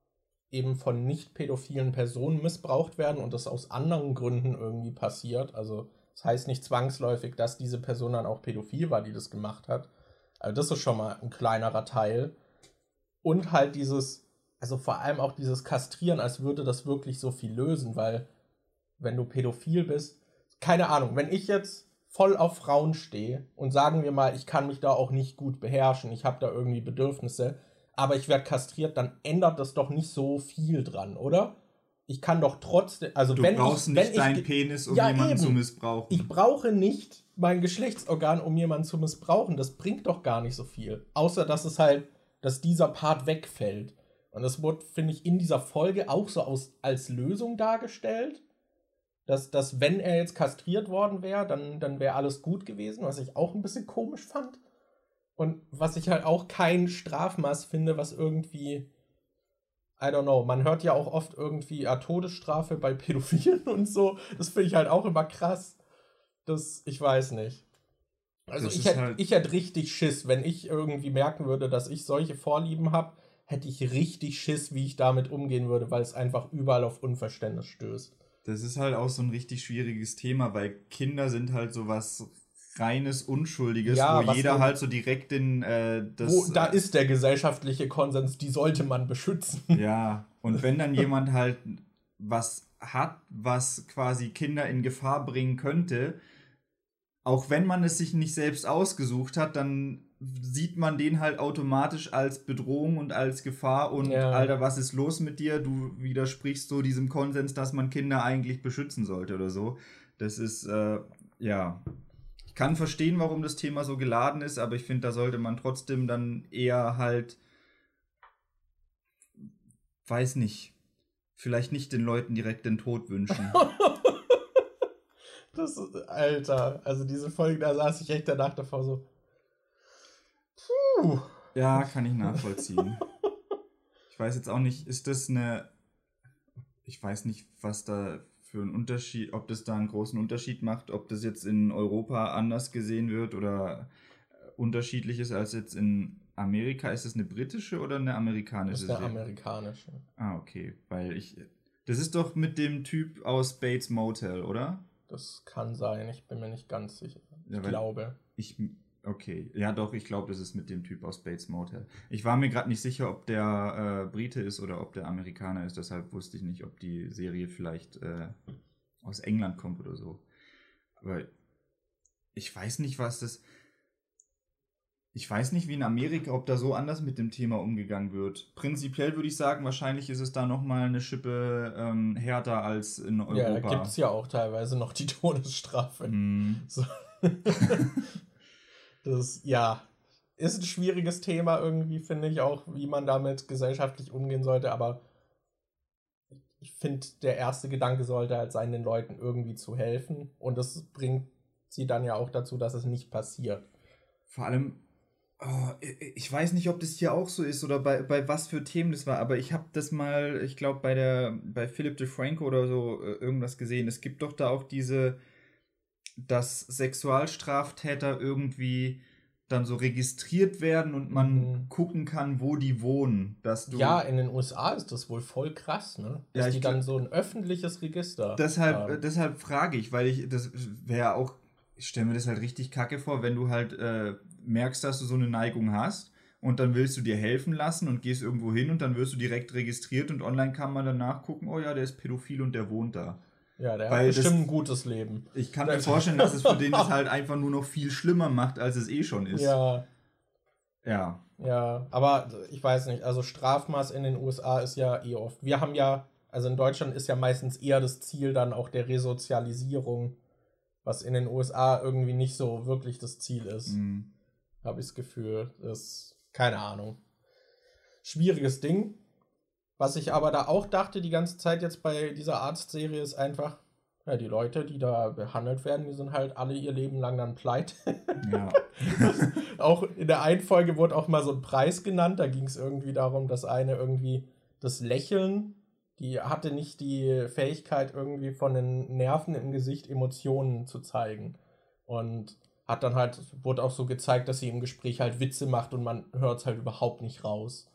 eben von nicht pädophilen Personen missbraucht werden und das aus anderen Gründen irgendwie passiert. Also das heißt nicht zwangsläufig, dass diese Person dann auch pädophil war, die das gemacht hat. Also das ist schon mal ein kleinerer Teil. Und halt dieses, also vor allem auch dieses Kastrieren, als würde das wirklich so viel lösen, weil wenn du pädophil bist, keine Ahnung, wenn ich jetzt voll auf Frauen stehe und sagen wir mal, ich kann mich da auch nicht gut beherrschen, ich habe da irgendwie Bedürfnisse, aber ich werde kastriert, dann ändert das doch nicht so viel dran, oder? Ich kann doch trotzdem, also Du wenn brauchst ich, nicht wenn deinen ich, Penis, um ja, jemanden eben. zu missbrauchen. Ich brauche nicht mein Geschlechtsorgan, um jemanden zu missbrauchen. Das bringt doch gar nicht so viel. Außer, dass es halt, dass dieser Part wegfällt. Und das wurde, finde ich, in dieser Folge auch so aus, als Lösung dargestellt. Dass, dass wenn er jetzt kastriert worden wäre, dann, dann wäre alles gut gewesen, was ich auch ein bisschen komisch fand. Und was ich halt auch kein Strafmaß finde, was irgendwie, I don't know, man hört ja auch oft irgendwie ja, Todesstrafe bei Pädophilen und so. Das finde ich halt auch immer krass. Das, ich weiß nicht. Also Das ich ist hätte halt- ich hätt richtig Schiss, wenn ich irgendwie merken würde, dass ich solche Vorlieben habe, hätte ich richtig Schiss, wie ich damit umgehen würde, weil es einfach überall auf Unverständnis stößt. Das ist halt auch so ein richtig schwieriges Thema, weil Kinder sind halt so was reines, Unschuldiges, Ja, wo was jeder du- halt so direkt in äh, das... Wo, da äh, ist der gesellschaftliche Konsens, die sollte man beschützen. Ja, und wenn dann jemand halt was hat, was quasi Kinder in Gefahr bringen könnte, auch wenn man es sich nicht selbst ausgesucht hat, dann sieht man den halt automatisch als Bedrohung und als Gefahr und Ja. Alter, was ist los mit dir? Du widersprichst so diesem Konsens, dass man Kinder eigentlich beschützen sollte oder so. Das ist, äh, ja... Ich kann verstehen, warum das Thema so geladen ist, aber ich finde, da sollte man trotzdem dann eher halt, weiß nicht, vielleicht nicht den Leuten direkt den Tod wünschen. Das ist, Alter, also diese Folge, da saß ich echt danach davor so, puh. Ja, kann ich nachvollziehen. Ich weiß jetzt auch nicht, ist das eine, ich weiß nicht, was da für ein Unterschied, ob das da einen großen Unterschied macht, ob das jetzt in Europa anders gesehen wird oder äh, unterschiedlich ist als jetzt in Amerika. Ist das eine britische oder eine amerikanische Das ist eine Serie? amerikanische. Ah, okay, weil ich, das ist doch mit dem Typ aus Bates Motel, oder? Das kann sein, ich bin mir nicht ganz sicher. Ich Ja, weil- glaube. Ich, okay, ja doch, ich glaube, das ist mit dem Typ aus Bates Motel. Ich war mir gerade nicht sicher, ob der äh, Brite ist oder ob der Amerikaner ist, deshalb wusste ich nicht, ob die Serie vielleicht äh, aus England kommt oder so. Aber ich weiß nicht, was das... Ich weiß nicht, wie in Amerika, ob da so anders mit dem Thema umgegangen wird. Prinzipiell würde ich sagen, wahrscheinlich ist es da nochmal eine Schippe ähm, härter als in Europa. Ja, da gibt es ja auch teilweise noch die Todesstrafe. Hm. So. Das, ja, ist ein schwieriges Thema irgendwie, finde ich auch, wie man damit gesellschaftlich umgehen sollte, aber ich finde, der erste Gedanke sollte halt sein, den Leuten irgendwie zu helfen und das bringt sie dann ja auch dazu, dass es nicht passiert. Vor allem, oh, ich weiß nicht, ob das hier auch so ist oder bei, bei was für Themen das war, aber ich habe das mal, ich glaube, bei der bei Philip DeFranco oder so äh, irgendwas gesehen. Es gibt doch da auch diese, dass Sexualstraftäter irgendwie dann so registriert werden und man Mhm. gucken kann, wo die wohnen. Dass du Ja, in den U S A ist das wohl voll krass, ne? Dass Ja, ich die glaub- dann so ein öffentliches Register Deshalb, haben. äh, deshalb frage ich, weil ich, das wäre auch, ich stelle mir das halt richtig kacke vor, wenn du halt äh, merkst, dass du so eine Neigung hast und dann willst du dir helfen lassen und gehst irgendwo hin und dann wirst du direkt registriert und online kann man dann nachgucken, oh ja, der ist pädophil und der wohnt da. Ja, der weil hat bestimmt das- ein gutes Leben. Ich kann mir vorstellen, dass es für den das halt einfach nur noch viel schlimmer macht, als es eh schon ist. Ja, Ja. ja, aber ich weiß nicht, also Strafmaß in den U S A ist ja eh oft. Wir haben ja, also in Deutschland ist ja meistens eher das Ziel dann auch der Resozialisierung, was in den U S A irgendwie nicht so wirklich das Ziel ist. Mhm. Habe ich das Gefühl. Das ist, keine Ahnung. Schwieriges Ding. Was ich aber da auch dachte die ganze Zeit jetzt bei dieser Arztserie ist einfach, ja, die Leute, die da behandelt werden, die sind halt alle ihr Leben lang dann pleite. Ja. Auch in der einen Folge wurde auch mal so ein Preis genannt. Da ging es irgendwie darum, dass eine irgendwie das Lächeln, die hatte nicht die Fähigkeit, irgendwie von den Nerven im Gesicht Emotionen zu zeigen. Und hat dann halt, wurde auch so gezeigt, dass sie im Gespräch halt Witze macht und man hört es halt überhaupt nicht raus.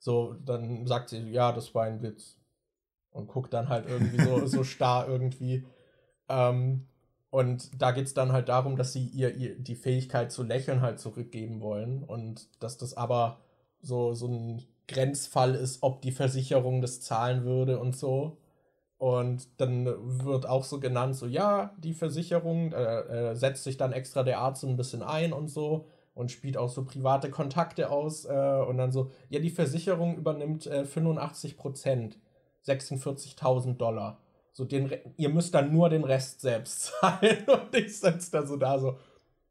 So, dann sagt sie, ja, das war ein Witz. Und guckt dann halt irgendwie so, so starr irgendwie. Ähm, und da geht es dann halt darum, dass sie ihr, ihr die Fähigkeit zu lächeln halt zurückgeben wollen. Und dass das aber so, so ein Grenzfall ist, ob die Versicherung das zahlen würde und so. Und dann wird auch so genannt, so ja, die Versicherung, äh, äh, setzt sich dann extra der Arzt so ein bisschen ein und so und spielt auch so private Kontakte aus äh, und dann so, ja, die Versicherung übernimmt äh, fünfundachtzig Prozent, sechsundvierzigtausend Dollar. So, den, Re- ihr müsst dann nur den Rest selbst zahlen. Und ich sitze da so da so,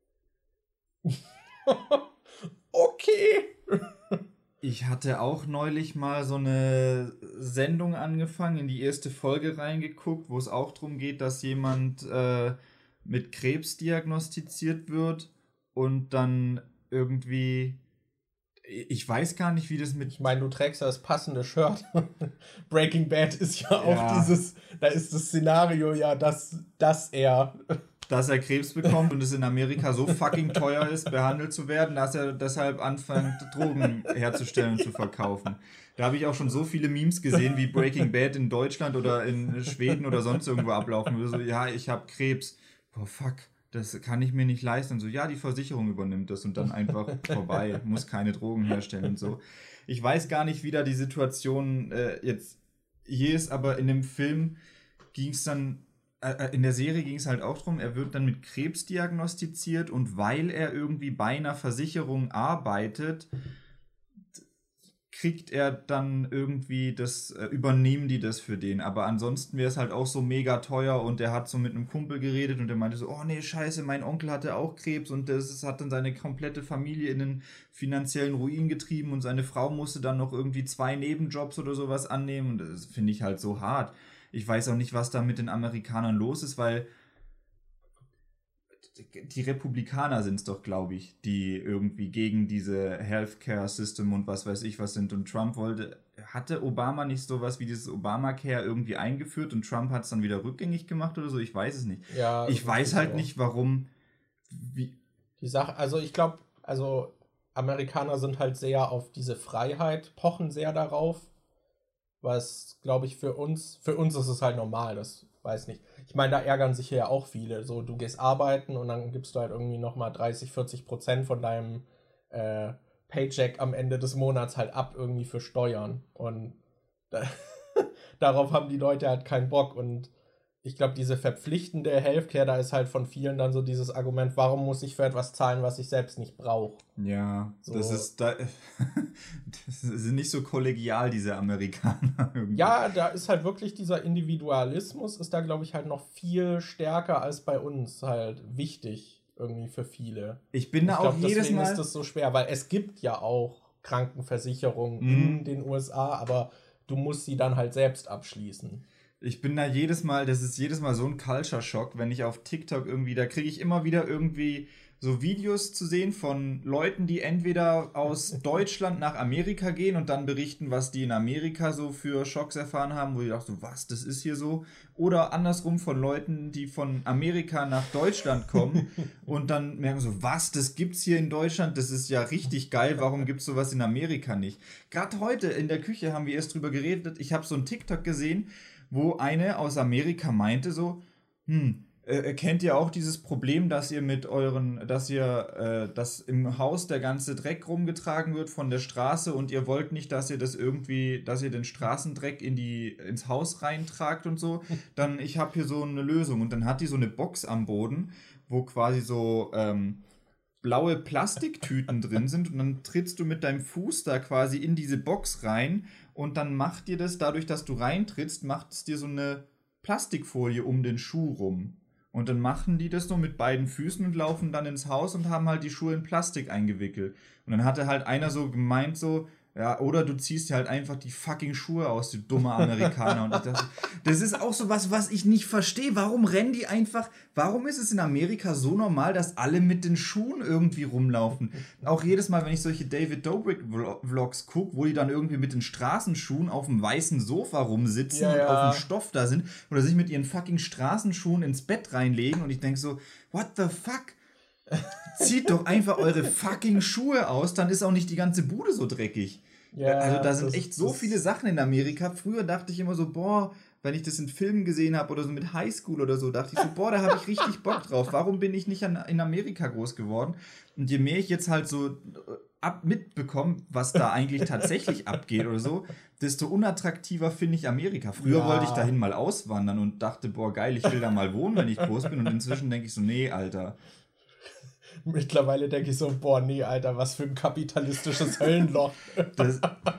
okay. Ich hatte auch neulich mal so eine Sendung angefangen, in die erste Folge reingeguckt, wo es auch darum geht, dass jemand äh, mit Krebs diagnostiziert wird und dann irgendwie, ich weiß gar nicht, wie das mit... Ich meine, du trägst ja das passende Shirt. Breaking Bad ist ja auch Ja. dieses, da ist das Szenario ja, dass, dass er... dass er Krebs bekommt und es in Amerika so fucking teuer ist, behandelt zu werden, dass er deshalb anfängt, Drogen herzustellen und zu verkaufen. Da habe ich auch schon so viele Memes gesehen, wie Breaking Bad in Deutschland oder in Schweden oder sonst irgendwo ablaufen würde. So, ja, ich habe Krebs. Boah, fuck, das kann ich mir nicht leisten. Und so, ja, die Versicherung übernimmt das und dann einfach vorbei, muss keine Drogen herstellen und so. Ich weiß gar nicht, wie da die Situation äh, jetzt hier ist, aber in dem Film ging es dann... In der Serie ging es halt auch darum, er wird dann mit Krebs diagnostiziert und weil er irgendwie bei einer Versicherung arbeitet, kriegt er dann irgendwie das, äh, übernehmen die das für den. Aber ansonsten wäre es halt auch so mega teuer und er hat so mit einem Kumpel geredet und der meinte so, oh nee, scheiße, mein Onkel hatte auch Krebs und das hat dann seine komplette Familie in den finanziellen Ruin getrieben und seine Frau musste dann noch irgendwie zwei Nebenjobs oder sowas annehmen und das finde ich halt so hart. Ich weiß auch nicht, was da mit den Amerikanern los ist, weil die Republikaner sind es doch, glaube ich, die irgendwie gegen diese Healthcare-System und was weiß ich was sind. Und Trump wollte, hatte Obama nicht sowas wie dieses Obamacare irgendwie eingeführt und Trump hat es dann wieder rückgängig gemacht oder so? Ich weiß es nicht. Ja, ich weiß halt so. nicht, warum... Wie Die Sache, also ich glaube, also Amerikaner sind halt sehr auf diese Freiheit, pochen sehr darauf. Was, glaube ich, für uns, für uns ist es halt normal, das weiß nicht. Ich meine, da ärgern sich ja auch viele. So, du gehst arbeiten und dann gibst du halt irgendwie nochmal dreißig, vierzig Prozent von deinem äh, Paycheck am Ende des Monats halt ab irgendwie für Steuern. Und da, darauf haben die Leute halt keinen Bock. Und ich glaube, diese verpflichtende Healthcare, da ist halt von vielen dann so dieses Argument, warum muss ich für etwas zahlen, was ich selbst nicht brauche? Ja, so. das ist da, das sind nicht so kollegial, diese Amerikaner. Irgendwie. Ja, da ist halt wirklich dieser Individualismus, ist da, glaube ich, halt noch viel stärker als bei uns halt wichtig irgendwie für viele. Ich bin da ich auch glaub, jedes deswegen Mal... ist das so schwer, weil es gibt ja auch Krankenversicherungen Mhm. in den U S A, aber du musst sie dann halt selbst abschließen. Ich bin da jedes Mal, das ist jedes Mal so ein Culture-Schock, wenn ich auf TikTok irgendwie, da kriege ich immer wieder irgendwie so Videos zu sehen von Leuten, die entweder aus Deutschland nach Amerika gehen und dann berichten, was die in Amerika so für Schocks erfahren haben, wo ich dachte, so, was, das ist hier so? Oder andersrum von Leuten, die von Amerika nach Deutschland kommen und dann merken so, was, das gibt's hier in Deutschland, das ist ja richtig geil, warum gibt's sowas in Amerika nicht? Gerade heute in der Küche haben wir erst drüber geredet, ich habe so einen TikTok gesehen, wo eine aus Amerika meinte so, hm, äh, kennt ihr auch dieses Problem, dass ihr mit euren, dass ihr, äh, dass im Haus der ganze Dreck rumgetragen wird von der Straße und ihr wollt nicht, dass ihr das irgendwie, dass ihr den Straßendreck in die, ins Haus reintragt und so, dann ich habe hier so eine Lösung. Und dann hat die so eine Box am Boden, wo quasi so ähm, blaue Plastiktüten drin sind und dann trittst du mit deinem Fuß da quasi in diese Box rein und dann macht dir das, dadurch, dass du reintrittst, macht es dir so eine Plastikfolie um den Schuh rum. Und dann machen die das so mit beiden Füßen und laufen dann ins Haus und haben halt die Schuhe in Plastik eingewickelt. Und dann hatte halt einer so gemeint so, ja, oder du ziehst dir halt einfach die fucking Schuhe aus, du dummer Amerikaner. Und ich dachte, das ist auch so was, was ich nicht verstehe. Warum rennen die einfach, warum ist es in Amerika so normal, dass alle mit den Schuhen irgendwie rumlaufen? Auch jedes Mal, wenn ich solche David Dobrik-Vlogs gucke, wo die dann irgendwie mit den Straßenschuhen auf dem weißen Sofa rumsitzen Ja, und ja. auf dem Stoff da sind oder sich mit ihren fucking Straßenschuhen ins Bett reinlegen und ich denke so, what the fuck? Zieht doch einfach eure fucking Schuhe aus, dann ist auch nicht die ganze Bude so dreckig. Ja, also da sind das- echt so das- viele Sachen in Amerika. Früher dachte ich immer so, boah, wenn ich das in Filmen gesehen habe oder so mit Highschool oder so, dachte ich so, boah, da habe ich richtig Bock drauf. Warum bin ich nicht an, in Amerika groß geworden? Und je mehr ich jetzt halt so äh, ab mitbekomme, was da eigentlich tatsächlich abgeht oder so, desto unattraktiver finde ich Amerika. Früher Ja. wollte ich dahin mal auswandern und dachte, boah, geil, ich will da mal wohnen, wenn ich groß bin. Und inzwischen denke ich so, nee, Alter. Mittlerweile denke ich so, boah, nee, Alter, was für ein kapitalistisches Höllenloch. Das,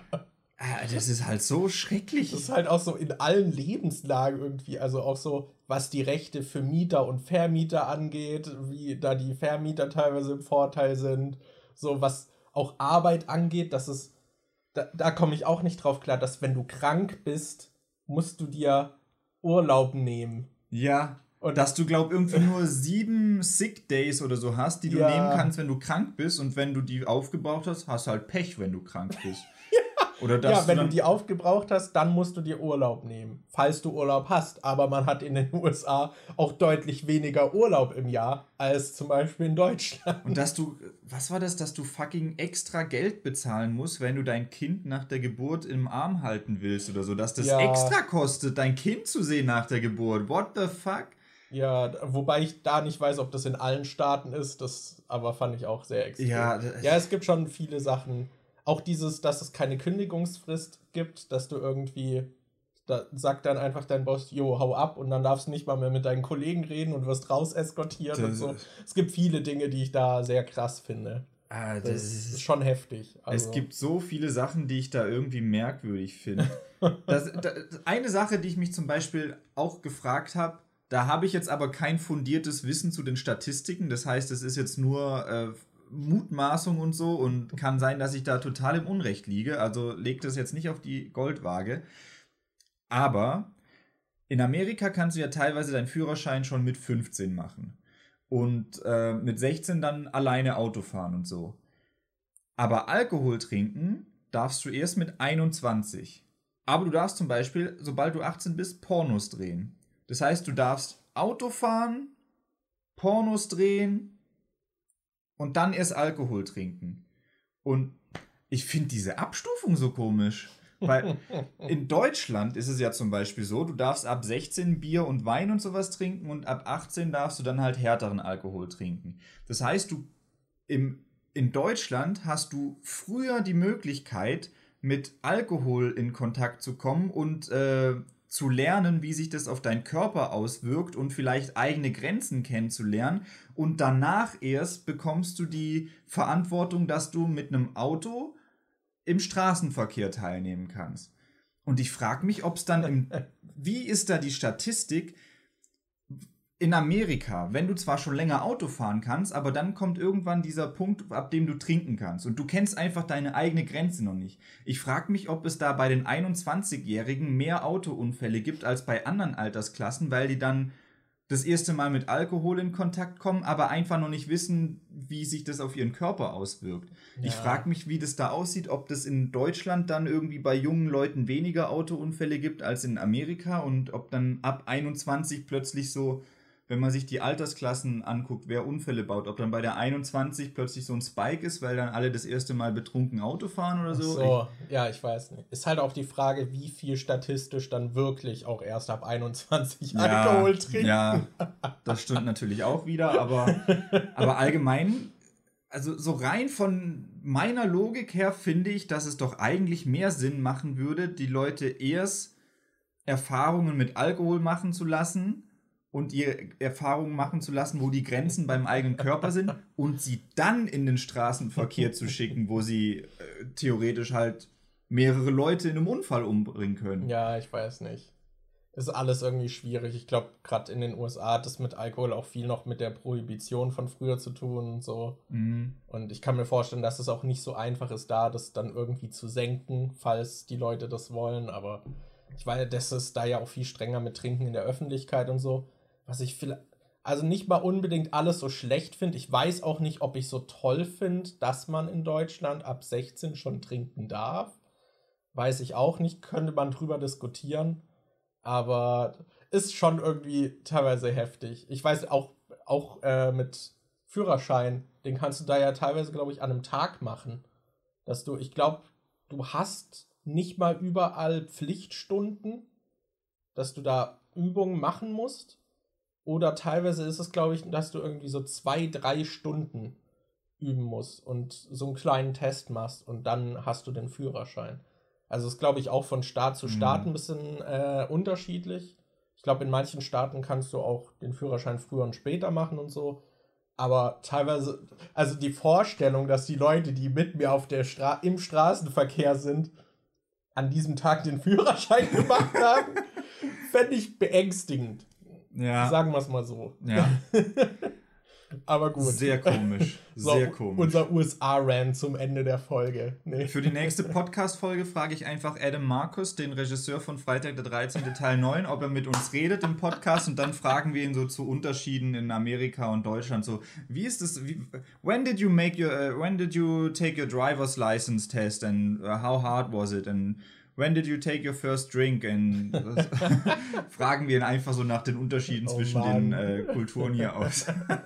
ah, das ist halt so schrecklich. Das ist halt auch so in allen Lebenslagen irgendwie, also auch so, was die Rechte für Mieter und Vermieter angeht, wie da die Vermieter teilweise im Vorteil sind, so was auch Arbeit angeht, dass es, da, da komme ich auch nicht drauf klar, dass wenn du krank bist, musst du dir Urlaub nehmen. Ja, Und dass du, glaub, irgendwie nur sieben Sick Days oder so hast, die du Ja. nehmen kannst, wenn du krank bist. Und wenn du die aufgebraucht hast, hast du halt Pech, wenn du krank bist. Oder dass ja, wenn du du dann, die aufgebraucht hast, dann musst du dir Urlaub nehmen, falls du Urlaub hast. Aber man hat in den U S A auch deutlich weniger Urlaub im Jahr als zum Beispiel in Deutschland. und dass du, was war das, dass du fucking extra Geld bezahlen musst, wenn du dein Kind nach der Geburt im Arm halten willst oder so. Dass das Ja. extra kostet, dein Kind zu sehen nach der Geburt. What the fuck? Ja, wobei ich da nicht weiß, ob das in allen Staaten ist, das aber fand ich auch sehr extrem. Ja, das- ja, es gibt schon viele Sachen. Auch dieses, dass es keine Kündigungsfrist gibt, dass du irgendwie, da sagt dann einfach dein Boss, jo, hau ab und dann darfst du nicht mal mehr mit deinen Kollegen reden und wirst raus eskortiert und Das- so. Es gibt viele Dinge, die ich da sehr krass finde. Ah, Das, das ist ist schon heftig. Also, Es gibt so viele Sachen, die ich da irgendwie merkwürdig finde. Das, das, eine Sache, die ich mich zum Beispiel auch gefragt habe, da habe ich jetzt aber kein fundiertes Wissen zu den Statistiken. Das heißt, es ist jetzt nur äh, Mutmaßung und so und kann sein, dass ich da total im Unrecht liege. Also legt das jetzt nicht auf die Goldwaage. Aber in Amerika kannst du ja teilweise deinen Führerschein schon mit fünfzehn machen. Und äh, mit sechzehn dann alleine Auto fahren und so. Aber Alkohol trinken darfst du erst mit einundzwanzig. Aber du darfst zum Beispiel, sobald du achtzehn bist, Pornos drehen. Das heißt, du darfst Auto fahren, Pornos drehen und dann erst Alkohol trinken. Und ich finde diese Abstufung so komisch. Weil in Deutschland ist es ja zum Beispiel so, du darfst ab sechzehn Bier und Wein und sowas trinken und ab achtzehn darfst du dann halt härteren Alkohol trinken. Das heißt, du im, in Deutschland hast du früher die Möglichkeit, mit Alkohol in Kontakt zu kommen und äh, zu lernen, wie sich das auf deinen Körper auswirkt und vielleicht eigene Grenzen kennenzulernen. Und danach erst bekommst du die Verantwortung, dass du mit einem Auto im Straßenverkehr teilnehmen kannst. Und ich frage mich, ob es dann im... Wie ist da die Statistik in Amerika, wenn du zwar schon länger Auto fahren kannst, aber dann kommt irgendwann dieser Punkt, ab dem du trinken kannst. Und du kennst einfach deine eigene Grenze noch nicht. Ich frage mich, ob es da bei den einundzwanzigjährigen mehr Autounfälle gibt als bei anderen Altersklassen, weil die dann das erste Mal mit Alkohol in Kontakt kommen, aber einfach noch nicht wissen, wie sich das auf ihren Körper auswirkt. Ja. Ich frage mich, wie das da aussieht, ob das in Deutschland dann irgendwie bei jungen Leuten weniger Autounfälle gibt als in Amerika und ob dann ab einundzwanzig plötzlich so, wenn man sich die Altersklassen anguckt, wer Unfälle baut, ob dann bei der einundzwanzig plötzlich so ein Spike ist, weil dann alle das erste Mal betrunken Auto fahren oder so. so, ja, ich weiß nicht. Ist halt auch die Frage, wie viel statistisch dann wirklich auch erst ab einundzwanzig Ja, Alkohol trinken. Ja, das stimmt natürlich auch wieder, aber, aber allgemein, also so rein von meiner Logik her finde ich, dass es doch eigentlich mehr Sinn machen würde, die Leute erst Erfahrungen mit Alkohol machen zu lassen und ihre Erfahrungen machen zu lassen, wo die Grenzen beim eigenen Körper sind und sie dann in den Straßenverkehr zu schicken, wo sie äh, theoretisch halt mehrere Leute in einem Unfall umbringen können. Ja, ich weiß nicht. Ist alles irgendwie schwierig. Ich glaube, gerade in den U S A hat das mit Alkohol auch viel noch mit der Prohibition von früher zu tun und so. Mhm. Und ich kann mir vorstellen, dass es auch nicht so einfach ist, da das dann irgendwie zu senken, falls die Leute das wollen. Aber ich weiß, das ist da ja auch viel strenger mit Trinken in der Öffentlichkeit und so. Was ich vielleicht, also nicht mal unbedingt alles so schlecht finde. Ich weiß auch nicht, ob ich so toll finde, dass man in Deutschland ab sechzehn schon trinken darf. Weiß ich auch nicht, könnte man drüber diskutieren. Aber ist schon irgendwie teilweise heftig. Ich weiß auch, auch äh, mit Führerschein, den kannst du da ja teilweise, glaube ich, an einem Tag machen. Dass du, ich glaube, du hast nicht mal überall Pflichtstunden, dass du da Übungen machen musst. Oder teilweise ist es, glaube ich, dass du irgendwie so zwei, drei Stunden üben musst und so einen kleinen Test machst und dann hast du den Führerschein. Also ist, glaube ich, auch von Staat zu Staat ein bisschen äh, unterschiedlich. Ich glaube, in manchen Staaten kannst du auch den Führerschein früher und später machen und so. Aber teilweise, also die Vorstellung, dass die Leute, die mit mir auf der Stra- im Straßenverkehr sind, an diesem Tag den Führerschein gemacht haben, fände ich beängstigend. Ja. Sagen wir es mal so. Ja. Aber gut. Sehr komisch. Sehr so, komisch. Unser U S A-Rant zum Ende der Folge. Nee. Für die nächste Podcast-Folge frage ich einfach Adam Marcus, den Regisseur von Freitag der dreizehnte Teil neun, ob er mit uns redet im Podcast, und dann fragen wir ihn so zu Unterschieden in Amerika und Deutschland. So, wie ist das? Wie, when did you make your, uh, when did you take your driver's license test and uh, how hard was it and when did you take your first drink? And fragen wir ihn einfach so nach den Unterschieden Oh zwischen Mann. den äh, Kulturen hier aus.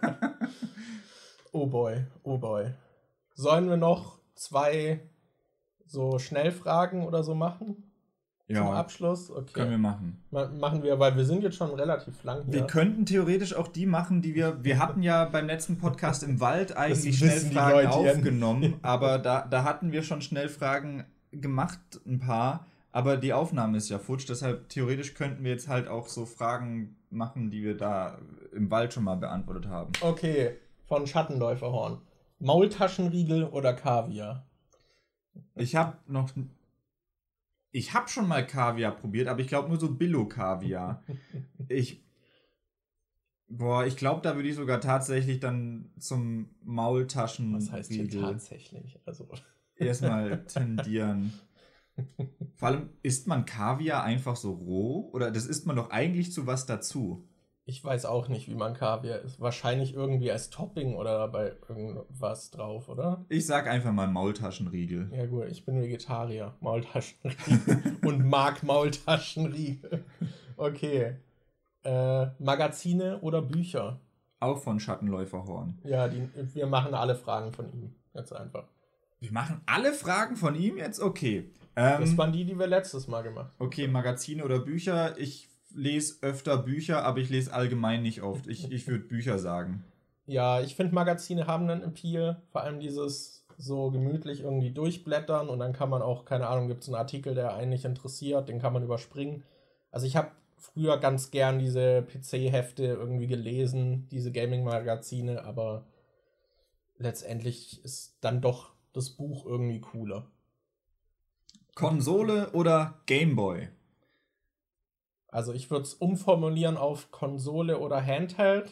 Oh boy, oh boy. Sollen wir noch zwei so Schnellfragen oder so machen? Zum Ja, Abschluss? Okay. können wir machen. Ma- machen wir, weil wir sind jetzt schon relativ lang hier. Wir könnten theoretisch auch die machen, die wir. Wir hatten ja beim letzten Podcast im Wald eigentlich wissen die Schnellfragen Leute ja aufgenommen, aber da, da hatten wir schon Schnellfragen gemacht, ein paar. Aber die Aufnahme ist ja futsch, deshalb theoretisch könnten wir jetzt halt auch so Fragen machen, die wir da im Wald schon mal beantwortet haben. Okay, von Schattenläuferhorn. Maultaschenriegel oder Kaviar? Ich habe noch. Ich habe schon mal Kaviar probiert, aber ich glaube nur so Billo-Kaviar. Ich. Boah, ich glaube, da würde ich sogar tatsächlich dann zum Maultaschenriegel Was heißt hier tatsächlich? Also. erstmal tendieren. Vor allem, isst man Kaviar einfach so roh? Oder das isst man doch eigentlich zu was dazu? Ich weiß auch nicht, wie man Kaviar isst. Wahrscheinlich irgendwie als Topping oder bei irgendwas drauf, oder? Ich sag einfach mal Maultaschenriegel. Ja gut, ich bin Vegetarier. Maultaschenriegel. Und mag Maultaschenriegel. Okay. Äh, Magazine oder Bücher? Auch von Schattenläuferhorn. Ja, die, wir machen alle Fragen von ihm. Ganz einfach. Wir machen alle Fragen von ihm jetzt? Okay. Ähm, Das waren die, die wir letztes Mal gemacht haben. okay, Magazine oder Bücher. Ich lese öfter Bücher, aber ich lese allgemein nicht oft. Ich, ich würde Bücher sagen. Ja, ich finde, Magazine haben einen Appeal. Vor allem dieses so gemütlich irgendwie durchblättern und dann kann man auch, keine Ahnung, gibt es einen Artikel, der einen nicht interessiert, den kann man überspringen. Also ich habe früher ganz gern diese P C-Hefte irgendwie gelesen, diese Gaming-Magazine, aber letztendlich ist dann doch das Buch irgendwie cooler. Konsole oder Gameboy? Also ich würde es umformulieren auf Konsole oder Handheld.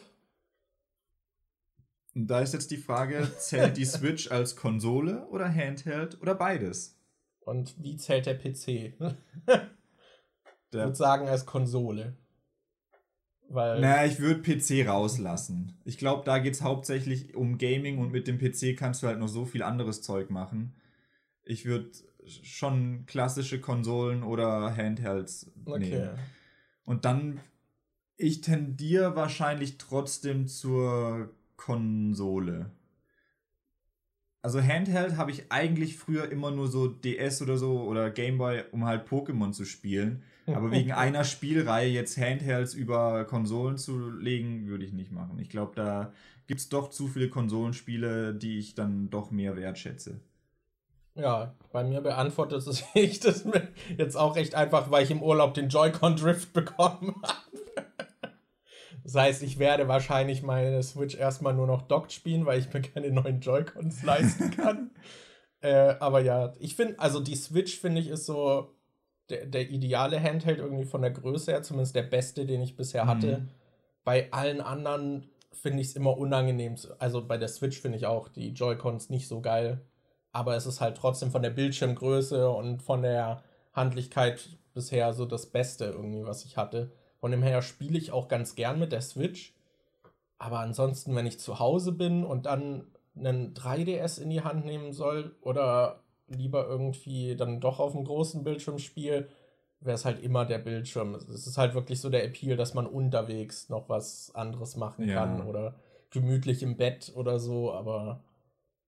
Und da ist jetzt die Frage, zählt die Switch als Konsole oder Handheld oder beides? Und wie zählt der P C? Ich Der, würde sagen als Konsole. Weil naja, ich würde P C rauslassen. Ich glaube, da geht es hauptsächlich um Gaming und mit dem P C kannst du halt noch so viel anderes Zeug machen. Ich würde schon klassische Konsolen oder Handhelds okay. nehmen. Und dann, ich tendiere wahrscheinlich trotzdem zur Konsole. Also Handheld habe ich eigentlich früher immer nur so D S oder so oder Gameboy, um halt Pokémon zu spielen. Aber wegen einer Spielreihe jetzt Handhelds über Konsolen zu legen, würde ich nicht machen. Ich glaube, da gibt es doch zu viele Konsolenspiele, die ich dann doch mehr wertschätze. Ja, bei mir beantwortet sich das jetzt auch recht einfach, weil ich im Urlaub den Joy-Con Drift bekommen habe. Das heißt, ich werde wahrscheinlich meine Switch erstmal nur noch docked spielen, weil ich mir keine neuen Joy-Cons leisten kann. äh, aber ja, ich finde, also die Switch, finde ich, ist so der, der ideale Handheld irgendwie von der Größe her, zumindest der beste, den ich bisher hatte. Mhm. Bei allen anderen finde ich es immer unangenehm. Also bei der Switch finde ich auch die Joy-Cons nicht so geil. Aber es ist halt trotzdem von der Bildschirmgröße und von der Handlichkeit bisher so das Beste irgendwie, was ich hatte. Von dem her spiele ich auch ganz gern mit der Switch. Aber ansonsten, wenn ich zu Hause bin und dann einen drei D S in die Hand nehmen soll oder lieber irgendwie dann doch auf dem großen Bildschirm spiele, wäre es halt immer der Bildschirm. Es ist halt wirklich so der Appeal, dass man unterwegs noch was anderes machen Ja. kann oder gemütlich im Bett oder so, aber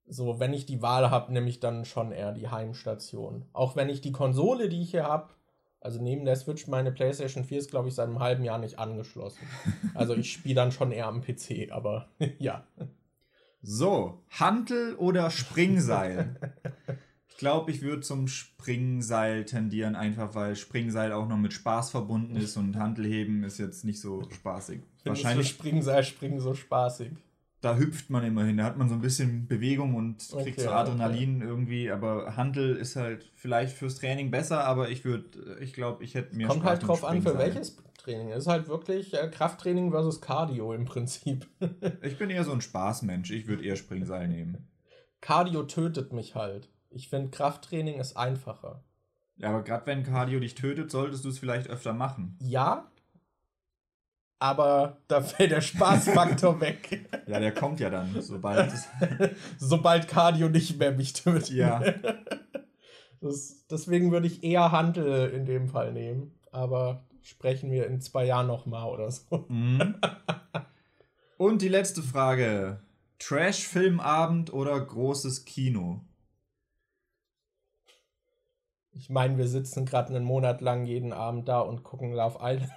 so, wenn ich die Wahl habe, nehme ich dann schon eher die Heimstation. Auch wenn ich die Konsole, die ich hier habe, also neben der Switch, meine PlayStation vier ist, glaube ich, seit einem halben Jahr nicht angeschlossen. Also ich spiele dann schon eher am P C, aber ja. So, Hantel oder Springseil? Ich glaube, ich würde zum Springseil tendieren, einfach weil Springseil auch noch mit Spaß verbunden ist und Hantelheben ist jetzt nicht so spaßig. Wahrscheinlich Springseil springen so spaßig. Da hüpft man immerhin, da hat man so ein bisschen Bewegung und kriegt okay, so Adrenalin okay. irgendwie, aber Hantel ist halt vielleicht fürs Training besser, aber ich würde, ich glaube, ich hätte mir Kommt Spaß halt drauf an, für welches Training. Ist halt wirklich äh, Krafttraining versus Cardio im Prinzip. Ich bin eher so ein Spaßmensch, ich würde eher Springseil nehmen. Cardio tötet mich halt. Ich finde, Krafttraining ist einfacher. Ja, aber gerade wenn Cardio dich tötet, solltest du es vielleicht öfter machen. Ja, aber da fällt der Spaßfaktor weg. Ja, der kommt ja dann, sobald es sobald Cardio nicht mehr mich tötet. Ja. Das, deswegen würde ich eher Hantel in dem Fall nehmen. Aber sprechen wir in zwei Jahren nochmal oder so. Mhm. Und die letzte Frage. Trash-Filmabend oder großes Kino? Ich meine, wir sitzen gerade einen Monat lang jeden Abend da und gucken Love Island.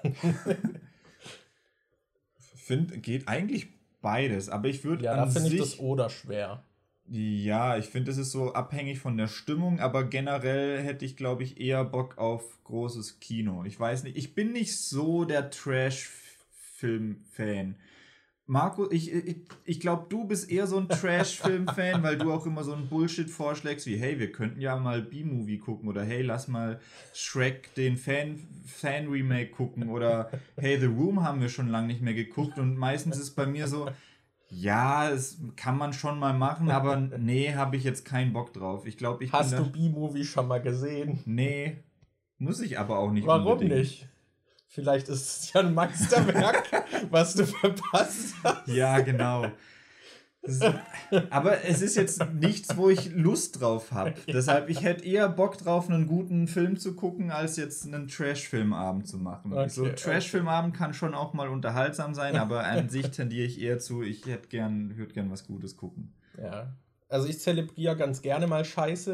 Find, geht eigentlich beides, aber ich würde ja, da finde ich das oder schwer. Ja, ich finde, es ist so abhängig von der Stimmung, aber generell hätte ich, glaube ich, eher Bock auf großes Kino. Ich weiß nicht, ich bin nicht so der Trash-Film-Fan. Marco, ich, ich, ich glaube, du bist eher so ein Trash-Film-Fan, weil du auch immer so einen Bullshit vorschlägst, wie, hey, wir könnten ja mal B-Movie gucken oder hey, lass mal Shrek, den Fan, Fan-Remake gucken oder hey, The Room haben wir schon lange nicht mehr geguckt und meistens ist bei mir so, ja, das kann man schon mal machen, aber nee, habe ich jetzt keinen Bock drauf. Ich glaube, ich Hast bin du B-Movie schon mal gesehen? Nee, muss ich aber auch nicht. Warum unbedingt. nicht? Vielleicht ist es ja ein Meisterwerk, was du verpasst hast. Ja, genau. Ist, aber es ist jetzt nichts, wo ich Lust drauf habe. Ja. Deshalb, ich hätte eher Bock drauf, einen guten Film zu gucken, als jetzt einen Trash-Filmabend zu machen. Okay, so Trash-Filmabend okay. kann schon auch mal unterhaltsam sein, aber an sich tendiere ich eher zu, ich hätte gern, würde gern was Gutes gucken. Ja, also ich zelebriere ganz gerne mal Scheiße.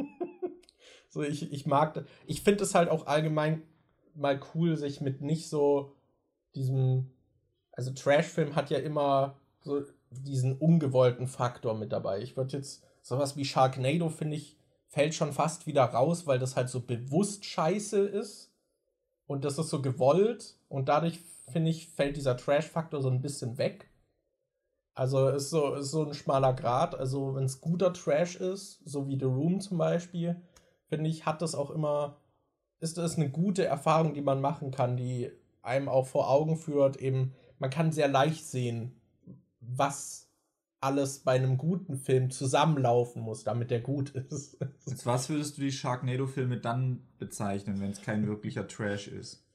So, ich, ich mag, ich finde es halt auch allgemein mal cool, sich mit nicht so diesem, also Trash-Film hat ja immer so diesen ungewollten Faktor mit dabei. Ich würde jetzt, sowas wie Sharknado, finde ich, fällt schon fast wieder raus, weil das halt so bewusst scheiße ist und das ist so gewollt und dadurch, finde ich, fällt dieser Trash-Faktor so ein bisschen weg. Also ist so, ist so ein schmaler Grat, also wenn es guter Trash ist, so wie The Room zum Beispiel, finde ich, hat das auch immer, ist das eine gute Erfahrung, die man machen kann, die einem auch vor Augen führt, eben, man kann sehr leicht sehen, was alles bei einem guten Film zusammenlaufen muss, damit der gut ist. Als was würdest du die Sharknado-Filme dann bezeichnen, wenn es kein wirklicher Trash ist?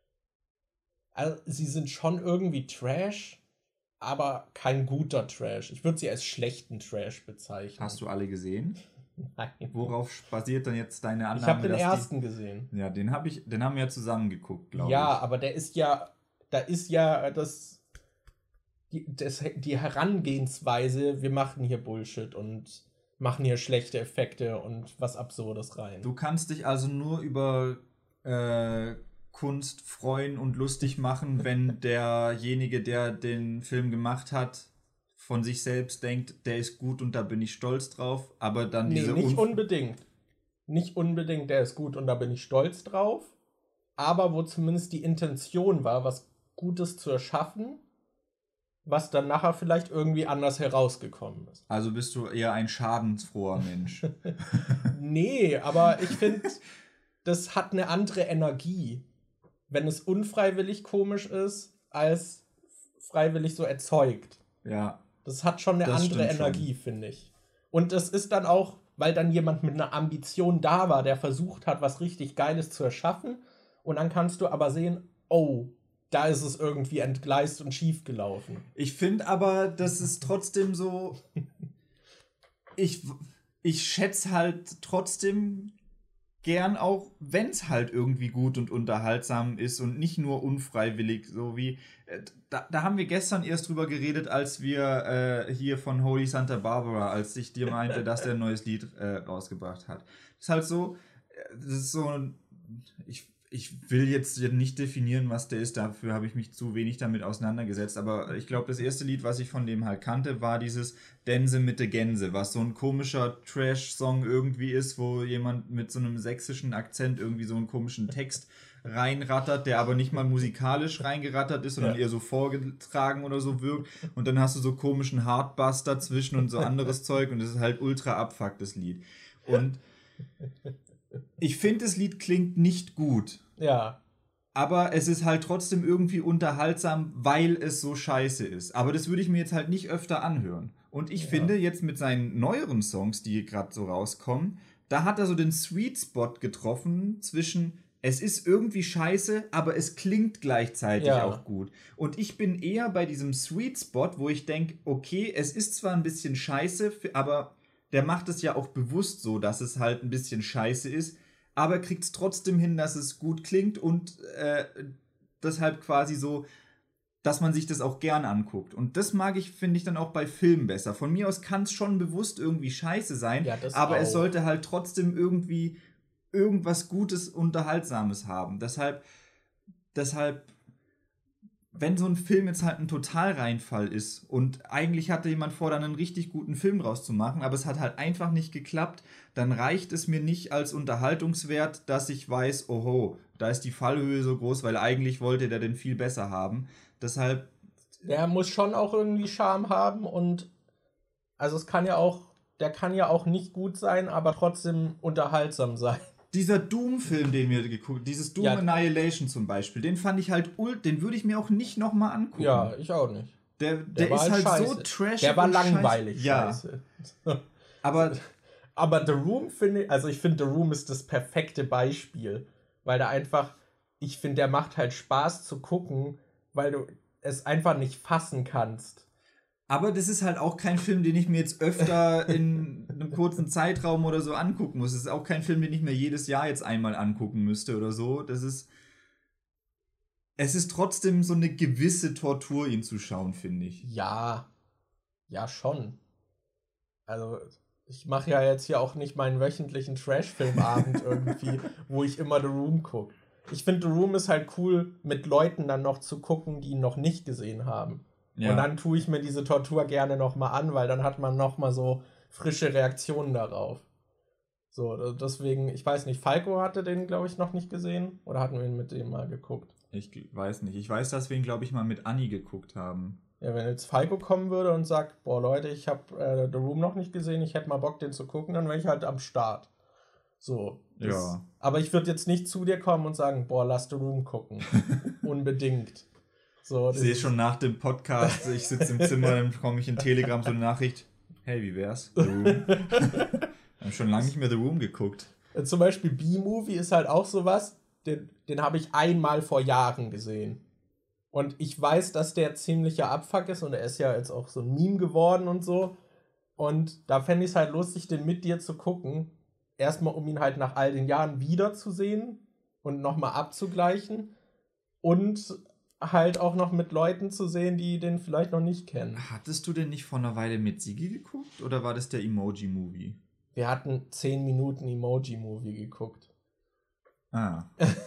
Also, sie sind schon irgendwie Trash, aber kein guter Trash. Ich würde sie als schlechten Trash bezeichnen. Hast du alle gesehen? Nein. Worauf basiert dann jetzt deine Annahme? Ich habe den ersten die, gesehen. Ja, den habe ich, den haben wir ja zusammen geguckt, glaube ja, ich. Ja, aber der ist ja, da ist ja das die, das, die Herangehensweise, wir machen hier Bullshit und machen hier schlechte Effekte und was Absurdes rein. Du kannst dich also nur über äh, Kunst freuen und lustig machen, wenn derjenige, der den Film gemacht hat, von sich selbst denkt, der ist gut und da bin ich stolz drauf, aber dann nee, diese... Nee, nicht Unf- unbedingt. Nicht unbedingt, der ist gut und da bin ich stolz drauf, aber wo zumindest die Intention war, was Gutes zu erschaffen, was dann nachher vielleicht irgendwie anders herausgekommen ist. Also bist du eher ein schadensfroher Mensch. Nee, aber ich finde, das hat eine andere Energie, wenn es unfreiwillig komisch ist, als freiwillig so erzeugt. Ja. Das hat schon eine andere Energie, finde ich. Und das ist dann auch, weil dann jemand mit einer Ambition da war, der versucht hat, was richtig Geiles zu erschaffen. Und dann kannst du aber sehen, oh, da ist es irgendwie entgleist und schief gelaufen. Ich finde aber, das ist trotzdem so, ich, ich schätze halt trotzdem gern auch, wenn es halt irgendwie gut und unterhaltsam ist und nicht nur unfreiwillig, so wie, äh, da, da haben wir gestern erst drüber geredet, als wir äh, hier von Holy Santa Barbara, als ich dir meinte, dass der ein neues Lied äh, rausgebracht hat. Das ist halt so, äh, das ist so, ich Ich will jetzt nicht definieren, was der ist, dafür habe ich mich zu wenig damit auseinandergesetzt, aber ich glaube, das erste Lied, was ich von dem halt kannte, war dieses Dänse mit de Gänse, was so ein komischer Trash-Song irgendwie ist, wo jemand mit so einem sächsischen Akzent irgendwie so einen komischen Text reinrattert, der aber nicht mal musikalisch reingerattert ist, sondern ja. eher so vorgetragen oder so wirkt, und dann hast du so komischen Hardbass dazwischen und so anderes Zeug, und das ist halt ultra abfuck, das Lied. Und ich finde, das Lied klingt nicht gut. Ja. Aber es ist halt trotzdem irgendwie unterhaltsam, weil es so scheiße ist. Aber das würde ich mir jetzt halt nicht öfter anhören. Und ich ja. finde, jetzt mit seinen neueren Songs, die gerade so rauskommen, da hat er so den Sweet Spot getroffen zwischen, es ist irgendwie scheiße, aber es klingt gleichzeitig ja. auch gut. Und ich bin eher bei diesem Sweet Spot, wo ich denke, okay, es ist zwar ein bisschen scheiße, aber der macht es ja auch bewusst so, dass es halt ein bisschen scheiße ist, aber kriegt es trotzdem hin, dass es gut klingt und äh, deshalb quasi so, dass man sich das auch gern anguckt. Und das mag ich, finde ich, dann auch bei Filmen besser. Von mir aus kann es schon bewusst irgendwie scheiße sein, ja, aber auch. Es sollte halt trotzdem irgendwie irgendwas Gutes, Unterhaltsames haben. Deshalb, deshalb wenn so ein Film jetzt halt ein Totalreinfall ist und eigentlich hatte jemand vor, dann einen richtig guten Film draus zu machen, aber es hat halt einfach nicht geklappt, dann reicht es mir nicht als Unterhaltungswert, dass ich weiß, oho, da ist die Fallhöhe so groß, weil eigentlich wollte der den viel besser haben. Deshalb... Der muss schon auch irgendwie Charme haben und also es kann ja auch, der kann ja auch nicht gut sein, aber trotzdem unterhaltsam sein. Dieser Doom-Film, den wir geguckt, dieses Doom ja. Annihilation zum Beispiel, den fand ich halt, ult, den würde ich mir auch nicht nochmal angucken. Ja, ich auch nicht. Der, der, der ist halt scheiße. So trashig. Der war langweilig, scheiße. Ja. Aber, aber The Room finde ich, also ich finde The Room ist das perfekte Beispiel, weil der einfach, ich finde, der macht halt Spaß zu gucken, weil du es einfach nicht fassen kannst. Aber das ist halt auch kein Film, den ich mir jetzt öfter in einem kurzen Zeitraum oder so angucken muss. Das ist auch kein Film, den ich mir jedes Jahr jetzt einmal angucken müsste oder so. Das ist... Es ist trotzdem so eine gewisse Tortur, ihn zu schauen, finde ich. Ja. Ja, schon. Also, ich mache ja jetzt hier auch nicht meinen wöchentlichen Trash-Filmabend irgendwie, wo ich immer The Room gucke. Ich finde, The Room ist halt cool, mit Leuten dann noch zu gucken, die ihn noch nicht gesehen haben. Ja. Und dann tue ich mir diese Tortur gerne nochmal an, weil dann hat man nochmal so frische Reaktionen darauf. So, deswegen, ich weiß nicht, Falco hatte den, glaube ich, noch nicht gesehen. Oder hatten wir ihn mit dem mal geguckt? Ich weiß nicht. Ich weiß, dass wir ihn, glaube ich, mal mit Anni geguckt haben. Ja, wenn jetzt Falco kommen würde und sagt, boah, Leute, ich habe äh, The Room noch nicht gesehen, ich hätte mal Bock, den zu gucken, dann wäre ich halt am Start. So. Das, ja. Aber ich würde jetzt nicht zu dir kommen und sagen, boah, lass The Room gucken. Unbedingt. So, ich sehe schon nach dem Podcast, ich sitze im Zimmer, dann bekomme ich in Telegram so eine Nachricht, hey, wie wär's? The Room. Wir haben schon lange nicht mehr The Room geguckt. Zum Beispiel B-Movie ist halt auch sowas, den, den habe ich einmal vor Jahren gesehen. Und ich weiß, dass der ziemlicher Abfuck ist und er ist ja jetzt auch so ein Meme geworden und so. Und da fände ich es halt lustig, den mit dir zu gucken. Erstmal, um ihn halt nach all den Jahren wiederzusehen und nochmal abzugleichen. Und halt auch noch mit Leuten zu sehen, die den vielleicht noch nicht kennen. Hattest du denn nicht vor einer Weile mit Sigi geguckt oder war das der Emoji-Movie? Wir hatten zehn Minuten Emoji-Movie geguckt. Ah.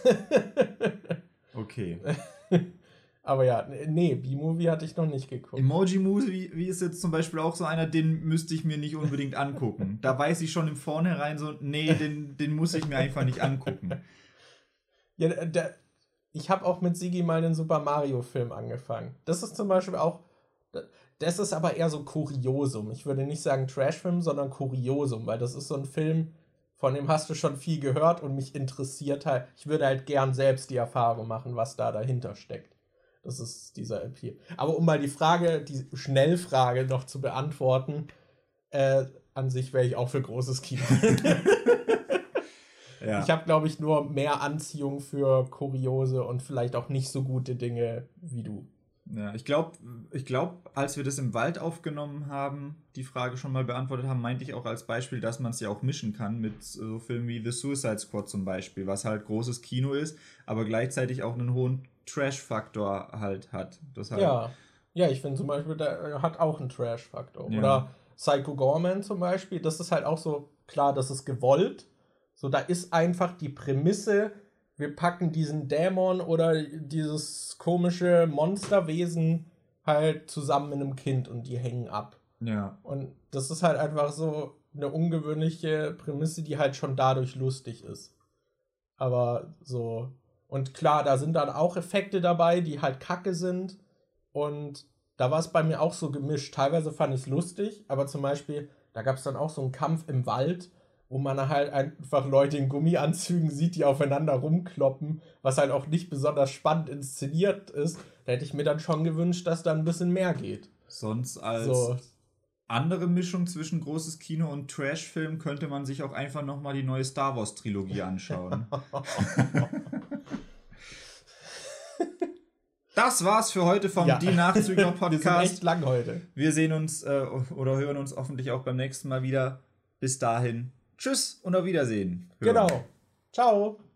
Okay. Aber ja, nee, B-Movie hatte ich noch nicht geguckt. Emoji-Movie wie ist jetzt zum Beispiel auch so einer, den müsste ich mir nicht unbedingt angucken. Da weiß ich schon im Vornherein so, nee, den, den muss ich mir einfach nicht angucken. Ja, der Ich habe auch mit Sigi mal den Super Mario-Film angefangen. Das ist zum Beispiel auch, das ist aber eher so Kuriosum. Ich würde nicht sagen Trashfilm, sondern Kuriosum, weil das ist so ein Film, von dem hast du schon viel gehört und mich interessiert halt. Ich würde halt gern selbst die Erfahrung machen, was da dahinter steckt. Das ist dieser Appeal. Aber um mal die Frage, die Schnellfrage noch zu beantworten, äh, an sich wäre ich auch für großes Kino. Ja. Ich habe, glaube ich, nur mehr Anziehung für kuriose und vielleicht auch nicht so gute Dinge wie du. Ja, ich glaube, ich glaub, als wir das im Wald aufgenommen haben, die Frage schon mal beantwortet haben, meinte ich auch als Beispiel, dass man es ja auch mischen kann mit so Filmen wie The Suicide Squad zum Beispiel, was halt großes Kino ist, aber gleichzeitig auch einen hohen Trash-Faktor halt hat. Das halt, Ja, ja, ich finde zum Beispiel, der hat auch einen Trash-Faktor. Ja. Oder Psycho Gorman zum Beispiel, das ist halt auch so, klar, das ist gewollt. So, da ist einfach die Prämisse, wir packen diesen Dämon oder dieses komische Monsterwesen halt zusammen mit einem Kind und die hängen ab. ja. Und das ist halt einfach so eine ungewöhnliche Prämisse, die halt schon dadurch lustig ist. Aber so. Und klar, da sind dann auch Effekte dabei, die halt kacke sind. Und da war es bei mir auch so gemischt. Teilweise fand ich es lustig, aber zum Beispiel, da gab es dann auch so einen Kampf im Wald, wo man halt einfach Leute in Gummianzügen sieht, die aufeinander rumkloppen, was halt auch nicht besonders spannend inszeniert ist. Da hätte ich mir dann schon gewünscht, dass da ein bisschen mehr geht. Sonst als So. andere Mischung zwischen großes Kino und Trash-Film könnte man sich auch einfach nochmal die neue Star Wars-Trilogie anschauen. Das war's für heute vom Ja. Die Nachzügler Wir sind Podcast. echt lang heute. Wir sehen uns äh, oder hören uns hoffentlich auch beim nächsten Mal wieder. Bis dahin. Tschüss und auf Wiedersehen. Hören. Genau. Ciao.